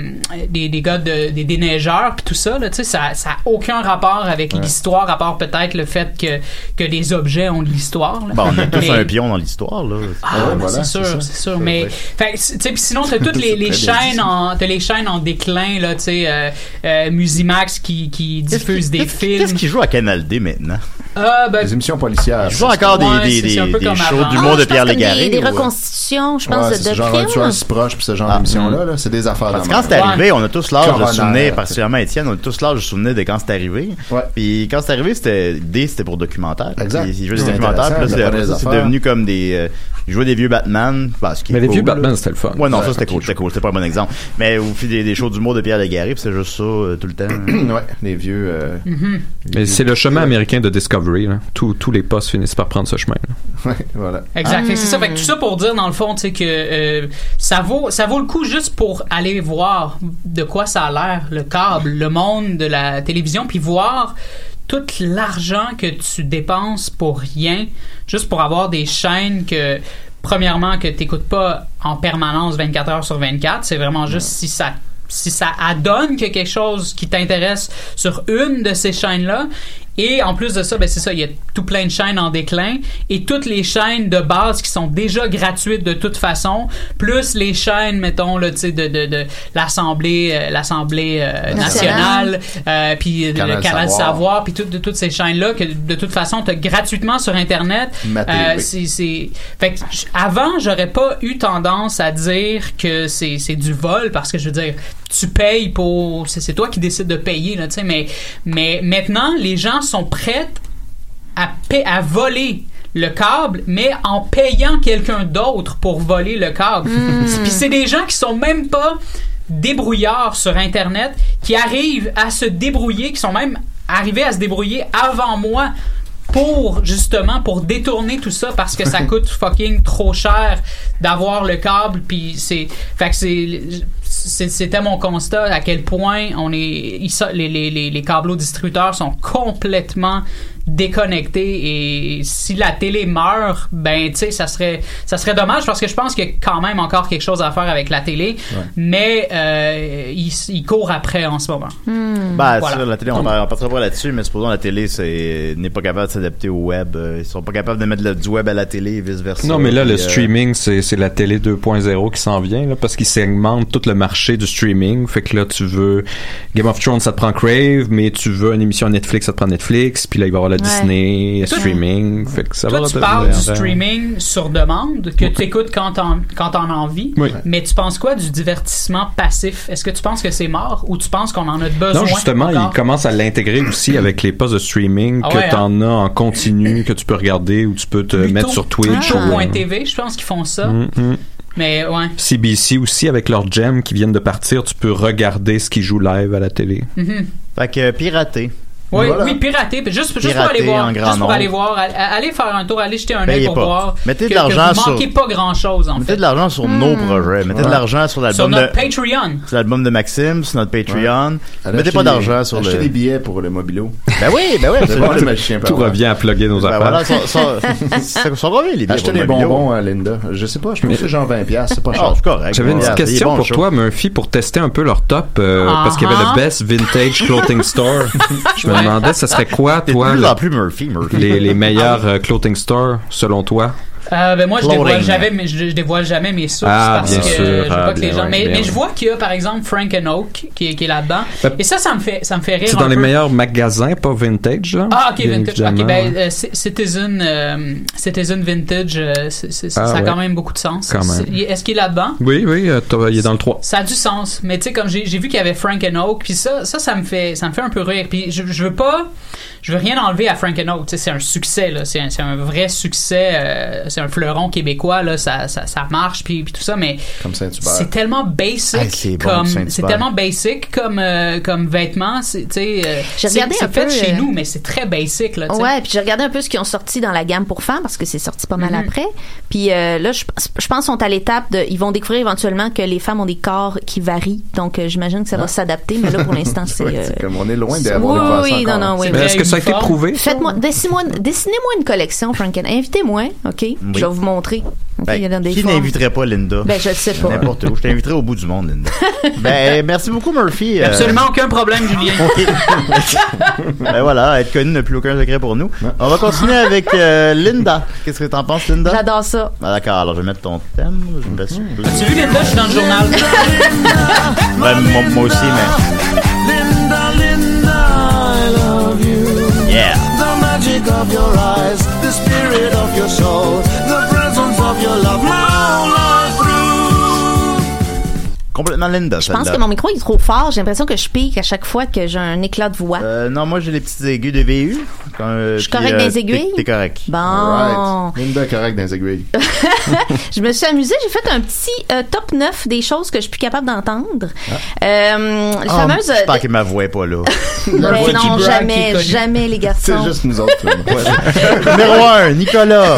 K: gars des déneigeurs puis tout ça, là, tu sais, ça a aucun rapport avec l'histoire, à part peut-être le fait que les objets ont de l'histoire.
H: Bon, on a tous un pion dans l'histoire, là.
K: C'est sûr, mais fait, tu sais, puis sinon t'as toutes les chaînes en déclin, là, tu sais, Musimax qui diffuse des films.
H: Qu'est-ce qui joue à Canal D maintenant?
I: Des émissions policières.
H: Ils jouent encore des shows d'humour de Pierre Légaré.
C: Des reconstitutions, je pense, de
I: genre un tueur si proche puis ce genre d'émission-là, là, c'est des affaires.
H: Parce que quand c'est arrivé, on a tous l'âge de se souvenir, particulièrement Étienne, on a tous l'âge de se souvenir de quand c'est arrivé. Puis quand c'est arrivé, c'était pour documentaire.
I: Exact.
H: Ils jouaient des documentaires, puis là, c'est devenu comme des... Ils jouaient des vieux Batman.
J: Mais les vieux Batman, c'était le fun.
H: Ouais, non, ça c'était cool. C'était pas un bon exemple. Mais vous faites des shows d'humour de Pierre Légaré, puis c'est juste ça tout le temps.
I: Ouais, les vieux.
J: Mais c'est le chemin américain de Discovery. Là. Tous les postes finissent par prendre ce chemin.
I: Ouais, voilà.
K: Exact. C'est ça. Fait que tout ça pour dire dans le fond, tu sais que ça vaut le coup juste pour aller voir de quoi ça a l'air, le câble, le monde de la télévision, puis voir tout l'argent que tu dépenses pour rien, juste pour avoir des chaînes que, premièrement, que t'écoutes pas en permanence 24 heures sur 24, c'est vraiment juste si ça adonne que quelque chose qui t'intéresse sur une de ces chaînes-là. Et en plus de ça, ben c'est ça, il y a tout plein de chaînes en déclin et toutes les chaînes de base qui sont déjà gratuites de toute façon, plus les chaînes, mettons, là, tu sais, de l'Assemblée nationale, puis le Canal Savoir, puis de toutes ces chaînes-là que de toute façon t'as gratuitement sur Internet. Fait que avant, j'aurais pas eu tendance à dire que c'est du vol parce que je veux dire, tu payes pour, c'est toi qui décides de payer, là, tu sais, mais maintenant les gens sont prêts à voler le câble, mais en payant quelqu'un d'autre pour voler le câble. Puis c'est des gens qui sont même pas débrouillards sur Internet, qui arrivent à se débrouiller, qui sont même arrivés à se débrouiller avant moi pour détourner tout ça parce que ça coûte fucking trop cher d'avoir le câble. Puis c'était mon constat à quel point les câbleaux distributeurs sont complètement déconnectés, et si la télé meurt, ben tu sais, ça serait dommage parce que je pense qu'il y a quand même encore quelque chose à faire avec la télé, mais ils courent après en ce moment.
H: Voilà. Sûr, la télé, on passera pas là-dessus, mais supposons la télé n'est pas capable de s'adapter au web, ils sont pas capables de mettre du web à la télé et vice versa.
J: Non, mais là le streaming, c'est la télé 2.0 qui s'en vient là, parce qu'ils segmentent tout le marché du streaming. Fait que là tu veux Game of Thrones, ça te prend Crave, mais tu veux une émission Netflix, ça te prend Netflix, puis là il va y avoir la Disney, streaming. Fait que ça
K: toi, tu parles du streaming sur demande que tu écoutes quand t'en as envie, mais tu penses quoi du divertissement passif? Est-ce que tu penses que c'est mort ou tu penses qu'on en a besoin?
J: Non, justement, ils commencent à l'intégrer aussi avec les postes de streaming que t'en as en continu, que tu peux regarder ou tu peux te mettre sur Twitch.
K: TV, je pense qu'ils font ça. Mais ouais.
J: CBC aussi, avec leurs gems qui viennent de partir, tu peux regarder ce qu'ils jouent live à la télé.
H: Fait que pirater.
K: Oui, pirater, juste pour aller voir, aller faire un tour, aller jeter un œil pour voir.
H: Mettez de l'argent sur.
K: Vous manquez pas grand-chose en fait.
H: Mettez de l'argent sur nos projets. Mettez de l'argent sur l'album
K: notre Patreon.
H: Sur l'album de Maxime, sur notre Patreon. Mettez pas d'argent sur
I: Achetez des billets pour le Mobilo.
H: Ben oui.
J: Tout revient à plugger nos affaires.
H: Voilà, ça va bien les billets.
I: Achetez des bonbons à Linda. Je sais pas, je pense que c'est genre 20$, c'est pas cher.
J: J'avais une petite question pour toi, Murphy, pour tester un peu leur top, parce qu'il y avait le Best Vintage Clothing Store. Je me demandais, ça serait quoi, toi, les meilleurs clothing stores, selon toi?
K: Moi, je dévoile jamais mes sources parce que je veux pas que les gens. Mais je vois qu'il y a, par exemple, Frank & Oak qui est là-dedans. Et ça me fait rire.
J: C'est dans les meilleurs magasins, pas vintage, là?
K: Ah, ok, vintage. Ok, Citizen Vintage, ça a quand même beaucoup de sens. Est-ce qu'il est là-dedans?
J: Oui, il est dans le 3.
K: Ça a du sens. Mais tu sais, comme j'ai vu qu'il y avait Frank & Oak, puis ça me fait un peu rire. Puis je veux rien enlever à Frank & Oak. C'est un succès, là. C'est un vrai succès. C'est un fleuron québécois, là. Ça marche, puis tout ça, mais c'est tellement basic comme vêtements. C'est fait chez nous, mais c'est très basic, là.
C: Ouais, puis j'ai regardé un peu ce qu'ils ont sorti dans la gamme pour femmes, parce que c'est sorti pas mal après. Puis là, je pense qu'ils sont à l'étape ils vont découvrir éventuellement que les femmes ont des corps qui varient. Donc, j'imagine que ça va s'adapter, mais là, pour l'instant, c'est...
I: comme on est loin d'avoir
C: oui,
J: mais est-ce que ça a été prouvé?
C: Dessinez-moi une collection, Franken. Invitez-moi, OK? Je vais vous montrer.
H: Qui n'inviterait pas Linda?
C: Je le sais pas.
H: N'importe où. Je t'inviterai au bout du monde, Linda. Merci beaucoup, Murphy.
K: Absolument aucun problème, Julien.
H: Voilà, être connu n'a plus aucun secret pour nous. On va continuer avec Linda. Qu'est-ce que t'en penses, Linda?
C: J'adore ça.
H: D'accord, alors je vais mettre ton thème.
K: As-tu vu, Linda? Je suis dans le journal.
H: Moi aussi, mais... Yeah.
M: The magic of your eyes, the spirit of your soul, the presence of your love, my whole life through.
H: Complètement Linda.
C: Je pense que mon micro est trop fort. J'ai l'impression que je pique à chaque fois que j'ai un éclat de voix.
H: Non, moi j'ai les petites aiguilles de VU.
C: Je suis correct dans les aiguilles?
H: T'es correct.
C: Bon.
I: Right. Linda est correct dans les aiguilles.
C: Je me suis amusée. J'ai fait un petit top 9 des choses que je suis plus capapable d'entendre. Les fameuses...
H: J'espère que ma voix est pas là.
C: Mais non, jamais les garçons.
I: C'est juste nous autres.
H: Numéro 1, Nicolas.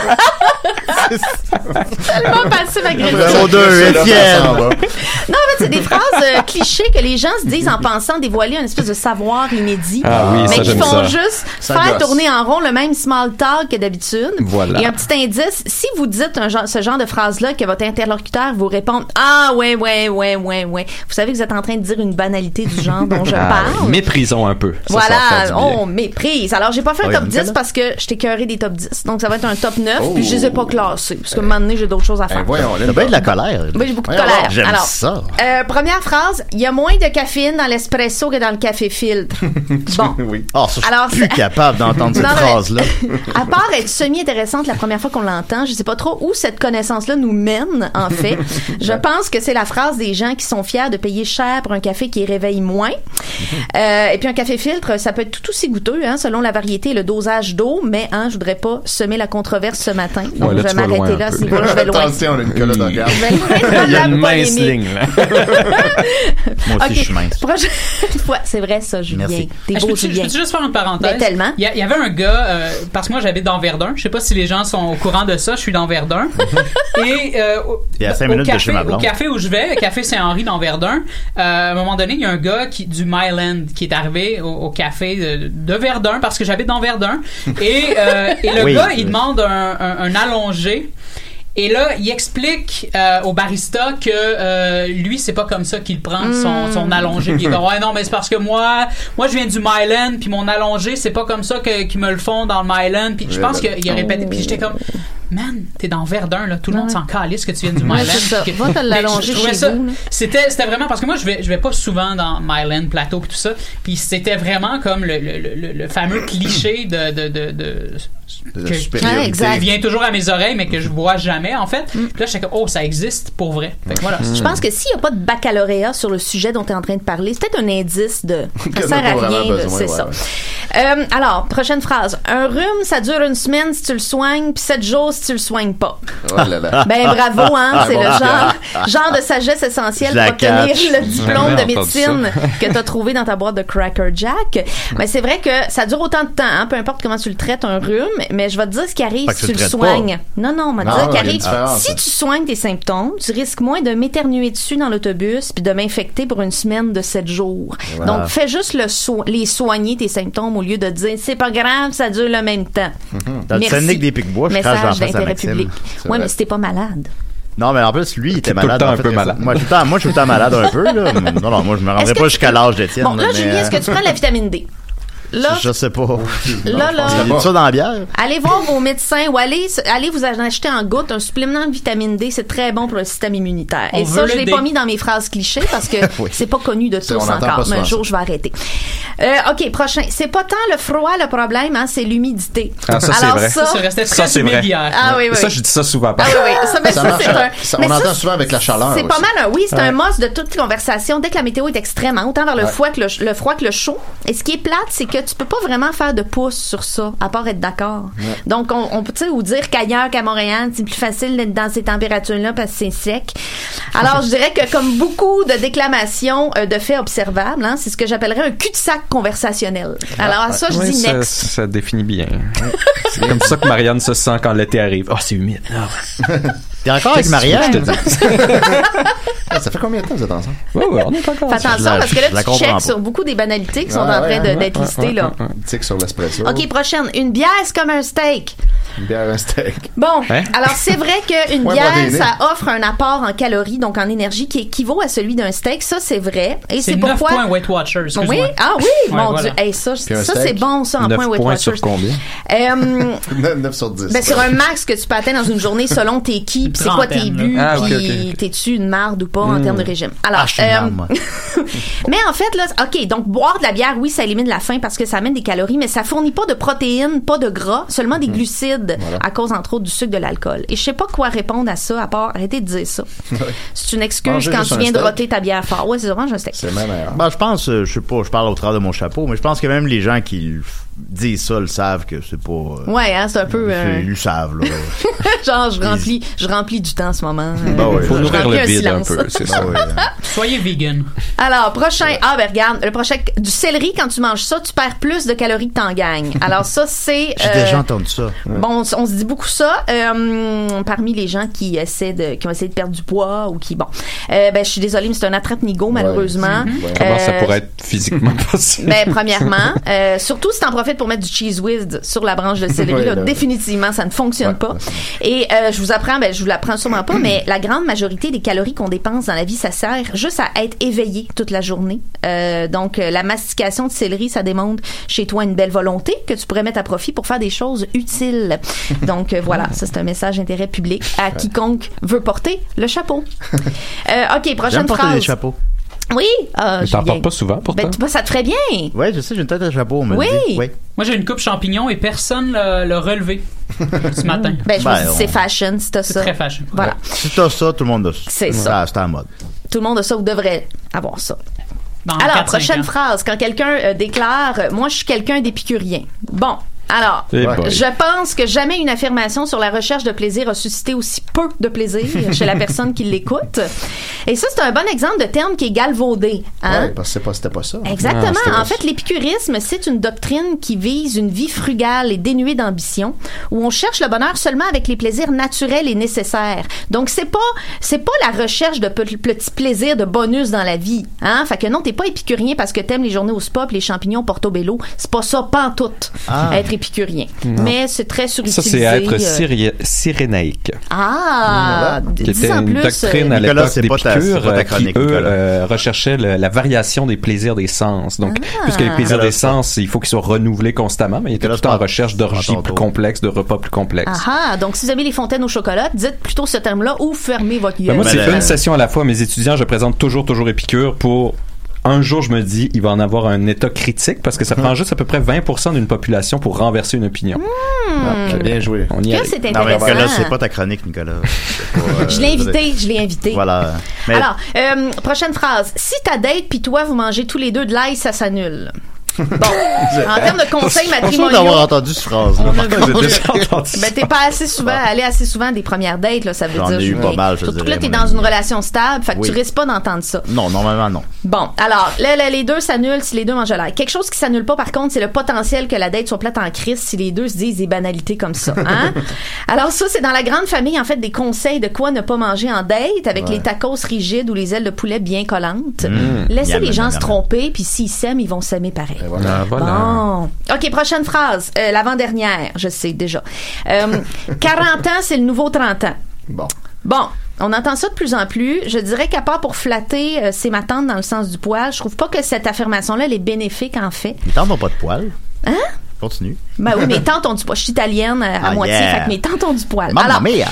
C: Tellement passif-agressif.
H: Numéro 2, Étienne.
C: Non, en fait, c'est des phrases clichés que les gens se disent en pensant dévoiler une espèce de savoir inédit. Mais qui font juste faire tourner en rond le même small talk que d'habitude.
J: Voilà.
C: Et un petit indice, si vous dites ce genre de phrase-là, que votre interlocuteur vous répond « Ah, ouais. » Vous savez que vous êtes en train de dire une banalité du genre dont je parle.
J: Méprisons un peu.
C: Voilà, on méprise. Alors, j'ai pas fait un top 10 parce que je t'ai écœuré des top 10. Donc, ça va être un top 9, puis je les ai pas classés. Parce que un moment donné, j'ai d'autres choses à faire.
H: T'as bien de la colère.
C: Oui, j'ai beaucoup de colère.
H: J'aime ça.
C: Première phrase, il y a moins de caféine dans l'espresso que dans le café filtre. Bon.
H: Oui. Je suis plus capable d'entendre cette phrase-là.
C: À part être semi-intéressante la première fois qu'on l'entend, je sais pas trop où cette connaissance-là nous mène, en fait. Je pense que c'est la phrase des gens qui sont fiers de payer cher pour un café qui réveille moins. Et puis un café filtre, ça peut être tout aussi goûteux, selon la variété et le dosage d'eau, mais je voudrais pas semer la controverse ce matin. Donc je vais m'arrêter là. Si je vais loin.
I: Attention, Nicolas Dogard.
J: Il y a une mince ligne, là.
H: Moi aussi, je suis mince.
C: Prochaine fois, c'est vrai ça, Julien.
H: Merci.
C: T'es beau, Julien.
K: Je peux juste faire une parenthèse?
C: Ben, tellement.
K: Il y avait un gars, parce que moi j'habite dans Verdun, je sais pas si les gens sont au courant de ça, je suis dans Verdun. Et
H: il y a 5 minutes de chez ma blonde.
K: Au café où je vais, le café Saint-Henri dans Verdun, à un moment donné, il y a un gars du Myland qui est arrivé au café de Verdun, parce que j'habite dans Verdun. Et le gars, il demande un allongé. Et là, il explique au barista que lui, c'est pas comme ça qu'il prend son allongé. Puis il dit ouais, non, mais c'est parce que moi je viens du Myland, puis mon allongé, c'est pas comme ça qu'ils me le font dans le Myland. Puis je pense qu'il a répété. Puis j'étais comme man, t'es dans Verdun, là, tout le monde s'en calisse que tu viennes du Myland.
C: Va te l'allonger chez vous.
K: C'était vraiment parce que moi je vais pas souvent dans Myland, Plateau puis tout ça. Puis c'était vraiment comme le fameux cliché de qui vient toujours à mes oreilles mais que je vois jamais en fait. Puis là j'étais comme ça existe pour vrai. Fait que voilà.
C: Je pense que s'il y a pas de baccalauréat sur le sujet dont tu es en train de parler, c'est peut-être un indice de ça sert à rien, c'est ça. Alors, prochaine phrase. Un rhume, ça dure 1 semaine si tu le soignes, puis 7 jours si tu le soignes pas.
I: Oh là là.
C: Ben bravo, hein. C'est le genre de sagesse essentielle pour obtenir le diplôme de médecine que t'as trouvé dans ta boîte de Cracker Jack. Ben c'est vrai que ça dure autant de temps, hein, peu importe comment tu le traites, un rhume, mais je vais te dire ce qui arrive si tu le soignes. Non, on va te dire ce qui arrive. Si tu soignes tes symptômes, tu risques moins de m'éternuer dessus dans l'autobus puis de m'infecter pour 1 semaine de 7 jours. Voilà. Donc, fais juste les soigner, tes symptômes, au lieu de dire c'est pas grave, ça dure le même temps.
H: Dans le Syndic des Pic-Bois, je crache dans la face à Maxime.
C: Ouais, mais si t'es pas malade.
H: Non, mais en plus, lui, il était malade.
J: Tout le temps un peu malade.
H: Moi, je suis tout le temps malade un peu, là. Non, moi, je me rendrai pas jusqu'à l'âge d'Étienne.
C: Bon, là, Julien, est-ce que tu prends de la vitamine D? Là,
H: je sais pas.
C: Là.
H: Il y a ça dans la bière.
C: Allez voir vos médecins ou allez vous acheter en goutte un supplément de vitamine D. C'est très bon pour le système immunitaire. Et ça, je l'ai pas mis dans mes phrases clichés parce que c'est pas connu de tous encore. Mais un jour, je vais arrêter. OK, prochain. C'est pas tant le froid le problème, hein, c'est l'humidité.
J: Ah, ça, c'est vrai.
K: Ça restait très humide hier.
C: Ah oui.
J: Ça, je dis ça souvent.
C: Ah oui. Ça,
I: on entend souvent avec la chaleur.
C: C'est pas mal. C'est un must de toute conversation. Dès que la météo est extrême, autant vers le froid que le chaud. Et ce qui est plate, c'est que tu peux pas vraiment faire de pouce sur ça, à part être d'accord. Ouais. Donc, on peut, tu sais, ou dire qu'ailleurs qu'à Montréal, c'est plus facile d'être dans ces températures-là parce que c'est sec. Alors, je dirais que comme beaucoup de déclamations de faits observables, hein, c'est ce que j'appellerais un cul-de-sac conversationnel. Alors, ça, je dis next.
J: Ça définit bien. C'est comme ça que Marianne se sent quand l'été arrive. Oh, c'est humide.
H: T'es encore avec Marianne?
I: Ça fait combien de temps que vous êtes ensemble?
J: Oui, on est encore
C: ensemble. Fais attention, parce que là, tu checkes sur beaucoup des banalités qui sont en train d'être listées, là.
I: Tic sur l'espresso.
C: OK, prochaine. Une bière, c'est comme un steak.
I: Une bière, un steak.
C: Bon, alors c'est vrai qu'une bière, ça offre un apport en calories, donc en énergie, qui équivaut à celui d'un steak. Ça, c'est vrai. Et c'est pourquoi...
K: 9 points Weight Watchers, excuse-moi.
C: Oui? Ah oui? Mon Dieu. Hey, ça c'est bon, ça, en points Weight Watchers.
J: 9 points sur combien?
I: 9 sur 10.
C: Ben, sur un max que tu peux atteindre dans une journée selon tes qui, puis c'est quoi tes buts, puis t'es-tu une marde ou pas en termes de régime. Alors, mais en fait, là, OK, donc boire de la bière, oui, ça élimine la faim parce que ça amène des calories, mais ça fournit pas de protéines, pas de gras, seulement des glucides à cause, entre autres, du sucre de l'alcool. Et je sais pas quoi répondre à ça, à part arrêter de dire ça. C'est une excuse quand tu viens de roter ta bière fort. Ouais, c'est vraiment un steak.
I: C'est même
H: ben, je pense, je sais pas, je parle au travers de mon chapeau, mais je pense que même les gens qui disent ça le savent que c'est pas...
C: ouais, hein, c'est un peu...
H: Ils le savent, là.
C: Genre, je remplis du temps en ce moment.
J: Faut nourrir le vide un peu, c'est ça.
K: Soyez vegan.
C: Alors, prochain. Ah, ben regarde, le prochain. Du céleri, quand tu manges ça, tu perds plus de calories que t'en gagnes. Alors, ça, c'est...
H: J'ai déjà entendu ça.
C: Bon, on se dit beaucoup ça. Parmi les gens qui ont essayé de perdre du poids ou qui... Bon. Ben, je suis désolée, mais c'est un attrape-nigo, malheureusement.
J: Comment ça pourrait être physiquement possible?
C: Ben, premièrement, surtout si t'en profites pour mettre du cheese whiz sur la branche de céleri, là, définitivement, ça ne fonctionne pas. Et je vous l'apprends sûrement pas, mais la grande majorité des calories qu'on dépense dans la vie, ça sert juste à être éveillé toute la journée. Donc, la mastication de céleri, ça démontre chez toi une belle volonté que tu pourrais mettre à profit pour faire des choses utiles. Donc, voilà, ça c'est un message d'intérêt public à quiconque veut porter le chapeau. OK, prochaine phrase.
H: Porter des chapeaux.
C: Oui.
J: Mais t'en portes pas souvent, pourtant.
C: Ben, ça te ferait bien.
H: Oui, je sais, j'ai une tête de chapeau, on me
C: oui.
H: dit. Oui.
K: Moi, j'ai une coupe champignon et personne l'a relevé ce matin.
C: Ben, je me dis, c'est fashion, si t'as ça.
K: C'est très fashion.
C: Voilà.
H: Ouais. Si t'as ça, tout le monde a ça.
C: C'est ça.
H: C'est à la mode.
C: Tout le monde a ça ou devrait avoir ça. Alors, prochaine phrase. Quand quelqu'un déclare « Moi, je suis quelqu'un d'épicurien ». Bon. Alors, je pense que jamais une affirmation sur la recherche de plaisir a suscité aussi peu de plaisir chez la personne qui l'écoute. Et ça, c'est un bon exemple de terme qui est galvaudé. Hein?
I: Oui, parce que c'était pas ça.
C: Exactement. En fait, l'épicurisme, c'est une doctrine qui vise une vie frugale et dénuée d'ambition, où on cherche le bonheur seulement avec les plaisirs naturels et nécessaires. Donc, c'est pas la recherche de petits plaisirs, de bonus dans la vie. Hein? Fait que non, t'es pas épicurien parce que t'aimes les journées au spa pis les champignons portobello. C'est pas ça, pantoute. Être épicurien. Non. Mais c'est très surutilisé.
J: Ça, c'est être cyrénaïque.
C: Ah!
J: Qui était une doctrine à l'époque d'Épicure qui, eux, recherchaient la variation des plaisirs des sens. Donc, puisque les plaisirs des sens, il faut qu'ils soient renouvelés constamment, mais il était tout en recherche d'orgies plus complexes, de repas plus complexes.
C: Ah! Donc, si vous aimez les fontaines au chocolat, dites plutôt ce terme-là ou fermez votre gueule.
J: Moi, c'est une session à la fois. Mes étudiants, je présente toujours Épicure pour... Un jour, je me dis, il va en avoir un état critique parce que ça prend juste à peu près 20% d'une population pour renverser une opinion.
I: Bien joué.
C: On y est. C'est intéressant.
H: Non, mais Nicolas, c'est pas ta chronique, Nicolas.
C: Je l'ai invité.
H: Voilà. Mais...
C: Alors, prochaine phrase. Si ta date puis toi, vous mangez tous les deux de l'ail, ça s'annule. En termes de conseils matrimoniaux.
H: Je d'avoir entendu cette phrase.
C: Ben, t'es pas assez souvent allé assez souvent à des premières dates, là, ça veut dire.
H: J'en ai eu pas mal, je
C: surtout
H: dirais,
C: là, t'es
H: mon
C: dans
H: ami.
C: une relation stable, fait que tu risques pas d'entendre ça.
H: Non, normalement, non.
C: Bon, alors, là, les deux s'annulent si les deux mangent l'air. Quelque chose qui s'annule pas, par contre, c'est le potentiel que la date soit plate en crise si les deux se disent des banalités comme ça. Hein? Alors, ça, c'est dans la grande famille, en fait, des conseils de quoi ne pas manger en date avec les tacos rigides ou les ailes de poulet bien collantes. Laissez les gens se tromper, puis s'ils s'aiment, ils vont s'aimer pareil.
J: Voilà.
C: Bon. OK, prochaine phrase. L'avant-dernière, je sais déjà. 40 ans, c'est le nouveau 30 ans. Bon, on entend ça de plus en plus. Je dirais qu'à part pour flatter c'est ma tante dans le sens du poil, je trouve pas que cette affirmation-là, elle est bénéfique, en fait.
H: Les tantes n'ont pas de poils.
C: Hein?
H: Continue.
C: Ben oui, mes tantes ont du poil. Je suis italienne à moitié, fait que mes tantes ont du poil.
H: Mamma mia!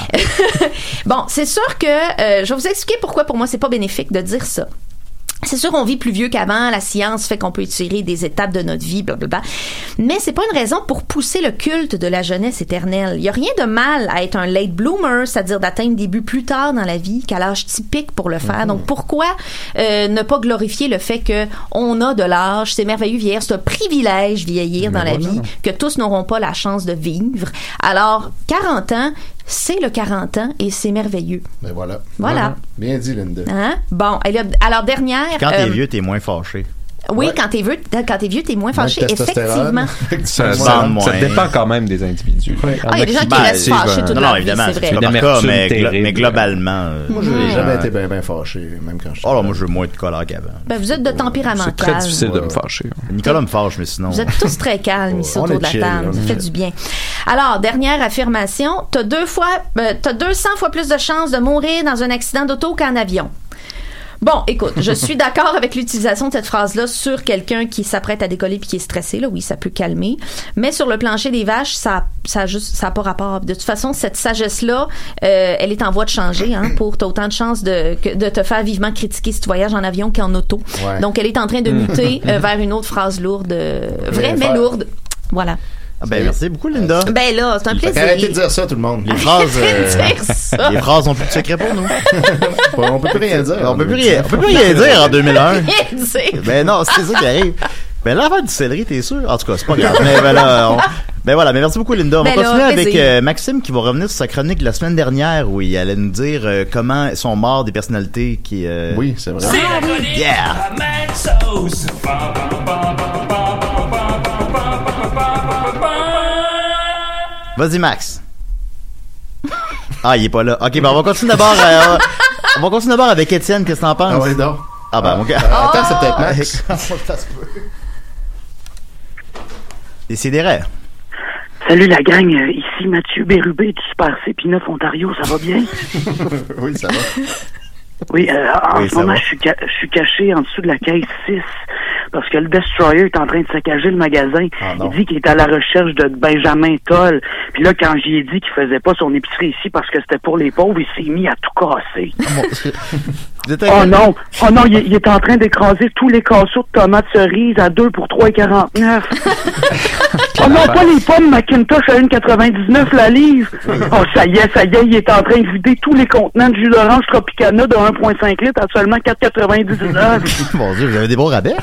C: Bon, c'est sûr que je vais vous expliquer pourquoi pour moi c'est pas bénéfique de dire ça. C'est sûr qu'on vit plus vieux qu'avant, la science fait qu'on peut étirer des étapes de notre vie, blablabla. Mais c'est pas une raison pour pousser le culte de la jeunesse éternelle. Il y a rien de mal à être un late bloomer, c'est-à-dire d'atteindre des buts plus tard dans la vie qu'à l'âge typique pour le faire. Donc pourquoi ne pas glorifier le fait que on a de l'âge, c'est merveilleux vieillir, c'est un privilège vieillir dans la vie, que tous n'auront pas la chance de vivre. Alors 40 ans, c'est le 40 ans et c'est merveilleux.
I: Ben voilà.
C: Voilà.
I: Bien dit, Linda.
C: Hein? Bon, alors dernière.
H: Quand t'es vieux, t'es moins fâché.
C: Oui, quand t'es vieux, t'es moins fâché, effectivement.
J: Ça dépend quand même des individus.
C: Il y a des gens qui restent fâchés toute leur vie, c'est vrai.
H: C'est pas cas, mais globalement...
I: Moi, j'ai jamais été bien fâché, même quand je suis...
H: moi, j'ai moins de colère qu'avant.
C: Ben, vous êtes de tempérament
J: C'est très difficile de me fâcher.
H: Nicolas me fâche, mais sinon...
C: Vous êtes tous très calmes ici autour de la table. Ça fait du bien. Alors, dernière affirmation. T'as 200 fois plus de chances de mourir dans un accident d'auto qu'en avion. Bon, écoute, je suis d'accord avec l'utilisation de cette phrase-là sur quelqu'un qui s'apprête à décoller puis qui est stressé. Là, oui, ça peut calmer. Mais sur le plancher des vaches, ça a pas rapport. De toute façon, cette sagesse-là, elle est en voie de changer. Pour t'as autant de chances de te faire vivement critiquer si tu voyages en avion qu'en auto. Ouais. Donc, elle est en train de muter vers une autre phrase lourde, vraie mais lourde. Voilà.
H: Merci beaucoup, Linda.
C: Ben là, c'est un plaisir.
I: Arrêtez de dire ça, tout le monde.
H: Les phrases, les phrases ont plus de secret pour nous.
I: On peut plus rien dire.
H: On peut plus rien dire en 2001.
C: Rien dire.
H: Ben non, c'est ça qui arrive. Ben l'affaire du céleri, t'es sûr? En tout cas, c'est pas grave. Mais voilà, mais merci beaucoup, Linda. On va continuer avec Maxime qui va revenir sur sa chronique de la semaine dernière où il allait nous dire comment sont morts des personnalités qui...
I: Oui, c'est vrai.
M: C'est la chronique à Maxos.
H: Vas-y, Max. Il est pas là. OK, ben on va continuer d'abord avec Étienne. Qu'est-ce que t'en penses?
I: Ah oui, donc.
H: Mon gars.
I: Attends, c'est peut-être Max.
H: Décidérez.
N: Salut la gang, ici Mathieu Bérubé du Super C9 Ontario, ça va bien?
I: Oui, ça va.
N: Oui, en ce moment, je suis caché en dessous de la caisse 6 parce que le Destroyer est en train de saccager le magasin. Il dit qu'il est à la recherche de Benjamin Toll. Puis là, quand j'y ai dit qu'il faisait pas son épicerie ici parce que c'était pour les pauvres, il s'est mis à tout casser. Oh non, il est en train d'écraser tous les casseaux de tomates cerises à 2 pour 3,49. Oh non, pas les pommes Macintosh à 1,99 la livre. Oh, ça y est, il est en train de vider tous les contenants de jus d'orange Tropicana de 1,5 litres à seulement 4,99.
H: Mon Dieu, vous avez des bons rabais?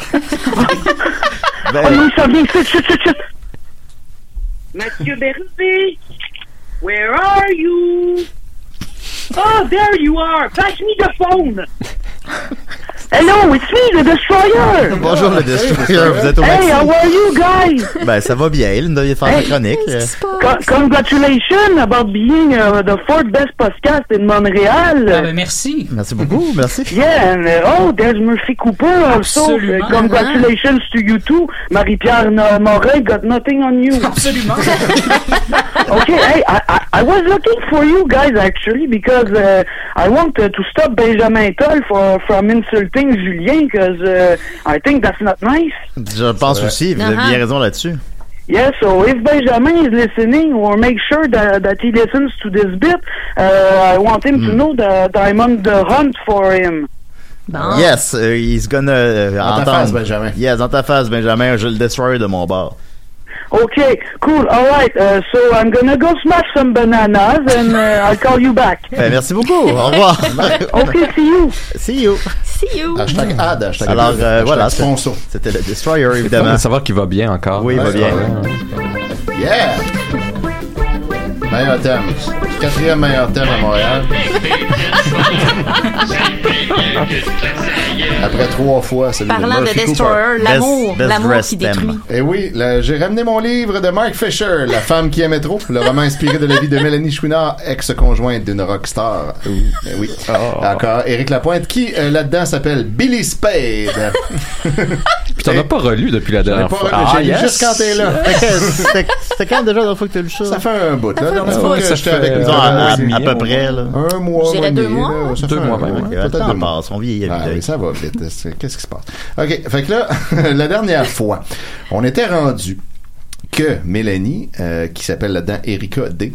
N: Oh non, ça vient, chut. Mathieu Bérubé, where are you? Oh, there you are. Pass me the phone. Hello, it's me, the Destroyer.
H: Bonjour, le Destroyer. Vous êtes au Maxime.
N: Hey, how are you guys?
H: Ben, ça va bien. Linda vient de faire sa chronique.
N: Congratulations about being the fourth best podcast in Montreal.
K: Merci.
H: Merci beaucoup. Merci.
N: Yeah, and there's Murphy Cooper also. Congratulations to you too. Marie-Pierre Morin got nothing on you.
K: Absolument.
N: Okay, hey, I was looking for you guys actually because I want to stop Benjamin Toll from insulting Julien because I think that's not nice.
H: Je pense aussi, vous avez bien raison là-dessus.
N: Yeah, so if Benjamin is listening, or make sure that he listens to this bit, I want him to know that I'm on the hunt for him.
C: Bon.
H: Yes, he's gonna
I: dans ta face, Benjamin.
H: Yes, dans ta face, Benjamin, je le destroyer de mon bord.
N: Okay, cool. All right. So I'm gonna go smash some bananas and I'll call you back.
H: Merci beaucoup. Au revoir.
N: Okay, see you.
H: See you.
C: See you.
I: Hashtag ad, hashtag
H: Alors, voilà.
I: Sponsor.
H: C'était le Destroyer, évidemment.
J: On savoir qu'il va bien encore.
H: Oui, il va bien.
I: Yeah! Meilleur thème. 4e meilleur thème à Montréal. Après 3 fois, celui
C: Parlant de Destroyer, l'amour qui détruit.
I: Et oui, j'ai ramené mon livre de Mark Fisher, La femme qui aimait trop, le roman inspiré de la vie de Mélanie Chouinard, ex-conjointe d'une rockstar. Oui. Encore Éric Lapointe, qui là-dedans s'appelle Billy Spade.
J: Puis t'en as pas relu depuis la dernière fois.
I: J'ai lu juste quand t'es là.
H: C'était quand déjà la dernière fois que t'as lu ça?
I: Ça fait un bout, là.
H: Ça fait à peu près, là.
I: Un mois.
C: Je dirais 2 mois.
J: 2 mois même.
H: Peut-être 2 mois. On vieillit.
I: Ça va vite. Qu'est-ce qui se passe? OK. Fait que là, la dernière fois, on était rendu que Mélanie, qui s'appelle là-dedans Erika D,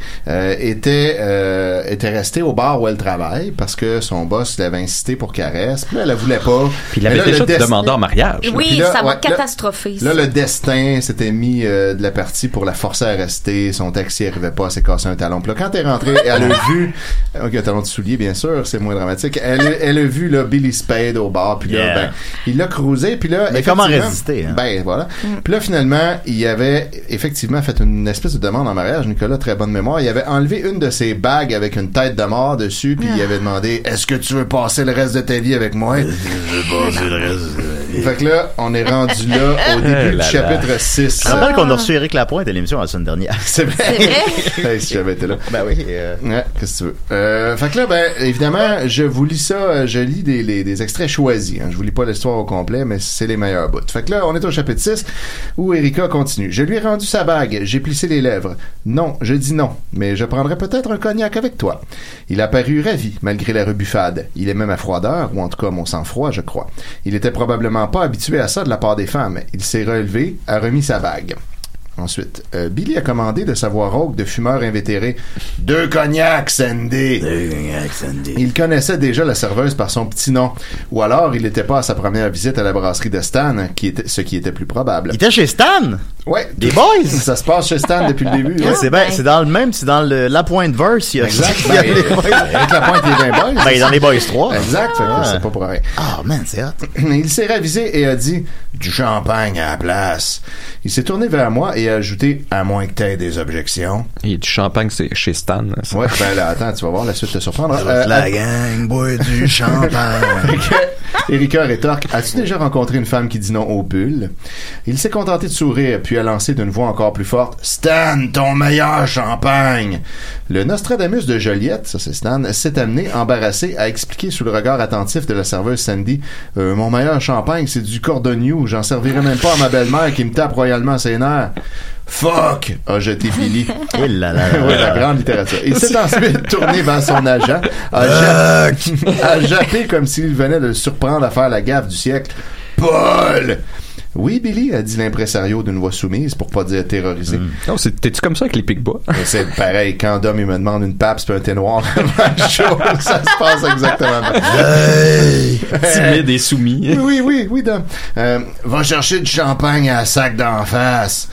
I: était restée au bar où elle travaille parce que son boss l'avait incité pour caresse. Puis là, elle la voulait pas.
J: Puis il avait déjà demandé en mariage.
C: Oui, là, ça va catastropher.
I: Là, le destin s'était mis de la partie pour la forcer à rester. Son taxi n'y arrivait pas, elle s'est cassé un talon. Puis là, quand elle est rentrée, elle a vu... OK, un talon de soulier, bien sûr, c'est moins dramatique. Elle a vu là, Billy Spade au bar. Puis là, ben, il l'a cruisé. Puis là,
H: mais comment résister? Hein?
I: Ben, voilà. Puis là, finalement, il avait effectivement fait une espèce de demande en mariage. Nicolas, très bonne mémoire. Il avait enlevé une de ses bagues avec une tête de mort dessus, puis il avait demandé « Est-ce que tu veux passer le reste de ta vie avec moi? » Je veux passer le reste de ta vie. Fait que là, on est rendu là au début du chapitre 6.
H: Je rappelle qu'on a reçu Éric Lapointe à l'émission la semaine dernière.
I: C'est vrai? Hey, si j'avais été là.
H: Ben oui.
I: Ouais, qu'est-ce que tu veux? Fait que là, ben, évidemment, je vous lis ça, je lis des extraits choisis. Hein. Je vous lis pas l'histoire au complet, mais c'est les meilleurs bouts. Fait que là, on est au chapitre 6 où Erika continue. Je lui ai rendu sa bague. J'ai plissé les lèvres. Non, je dis non, mais je prendrais peut-être un cognac avec toi. Il a paru ravi, malgré la rebuffade. Il aimait ma froideur, ou en tout cas mon sang-froid, je crois. Il était probablement pas habitué à ça de la part des femmes. Il s'est relevé, a remis sa bague. Ensuite, Billy a commandé de sa voix rauque de fumeur invétéré « 2 cognacs, Sandy! » 2 cognacs, Sandy. Il connaissait déjà la serveuse par son petit nom. Ou alors, il n'était pas à sa première visite à la brasserie de Stan, ce qui était plus probable.
H: Il était chez Stan?
I: Ouais.
H: Des boys?
I: Ça se passe chez Stan depuis le début.
H: Ouais, c'est dans le même, c'est dans le Lapointe-verse.
I: Exact. Avec Lapointe et les 20 boys.
H: Ben, dans les boys 3.
I: Exact. C'est pas pour rien.
H: Ah, man, c'est hot.
I: Il s'est ravisé et a dit « Du champagne à la place. » Il s'est tourné vers moi et a ajouté « À moins que t'aies des objections. »
J: Et du champagne, c'est chez Stan. Ça.
I: Ouais, ben là, attends, tu vas voir, la suite te surprendra.
H: La gang boit du champagne.
I: Erika rétorque « As-tu déjà rencontré une femme qui dit non aux bulles? » Il s'est contenté de sourire, puis a lancé d'une voix encore plus forte « Stan, ton meilleur champagne! » Le Nostradamus de Joliette, ça c'est Stan, s'est amené, embarrassé, à expliquer sous le regard attentif de la serveuse Sandy « Mon meilleur champagne, c'est du Cordonnier, j'en servirai même pas à ma belle-mère qui me tape royalement ses nerfs. » Fuck! A jeté Billy.
H: Oui, la
I: grande littérature. Il s'est ensuite tourné vers son agent, a jappé comme s'il venait de le surprendre à faire la gaffe du siècle. Paul! Oui, Billy, a dit l'impresario d'une voix soumise, pour pas dire terrorisé.
J: Oh, t'es-tu comme ça avec les Picbois?
I: C'est pareil, quand Dom il me demande une Pabst pis un thé noir, ça se passe exactement même.
J: Hey! Timide et soumis.
I: Oui, Dom. Va chercher du champagne à la sac d'en face.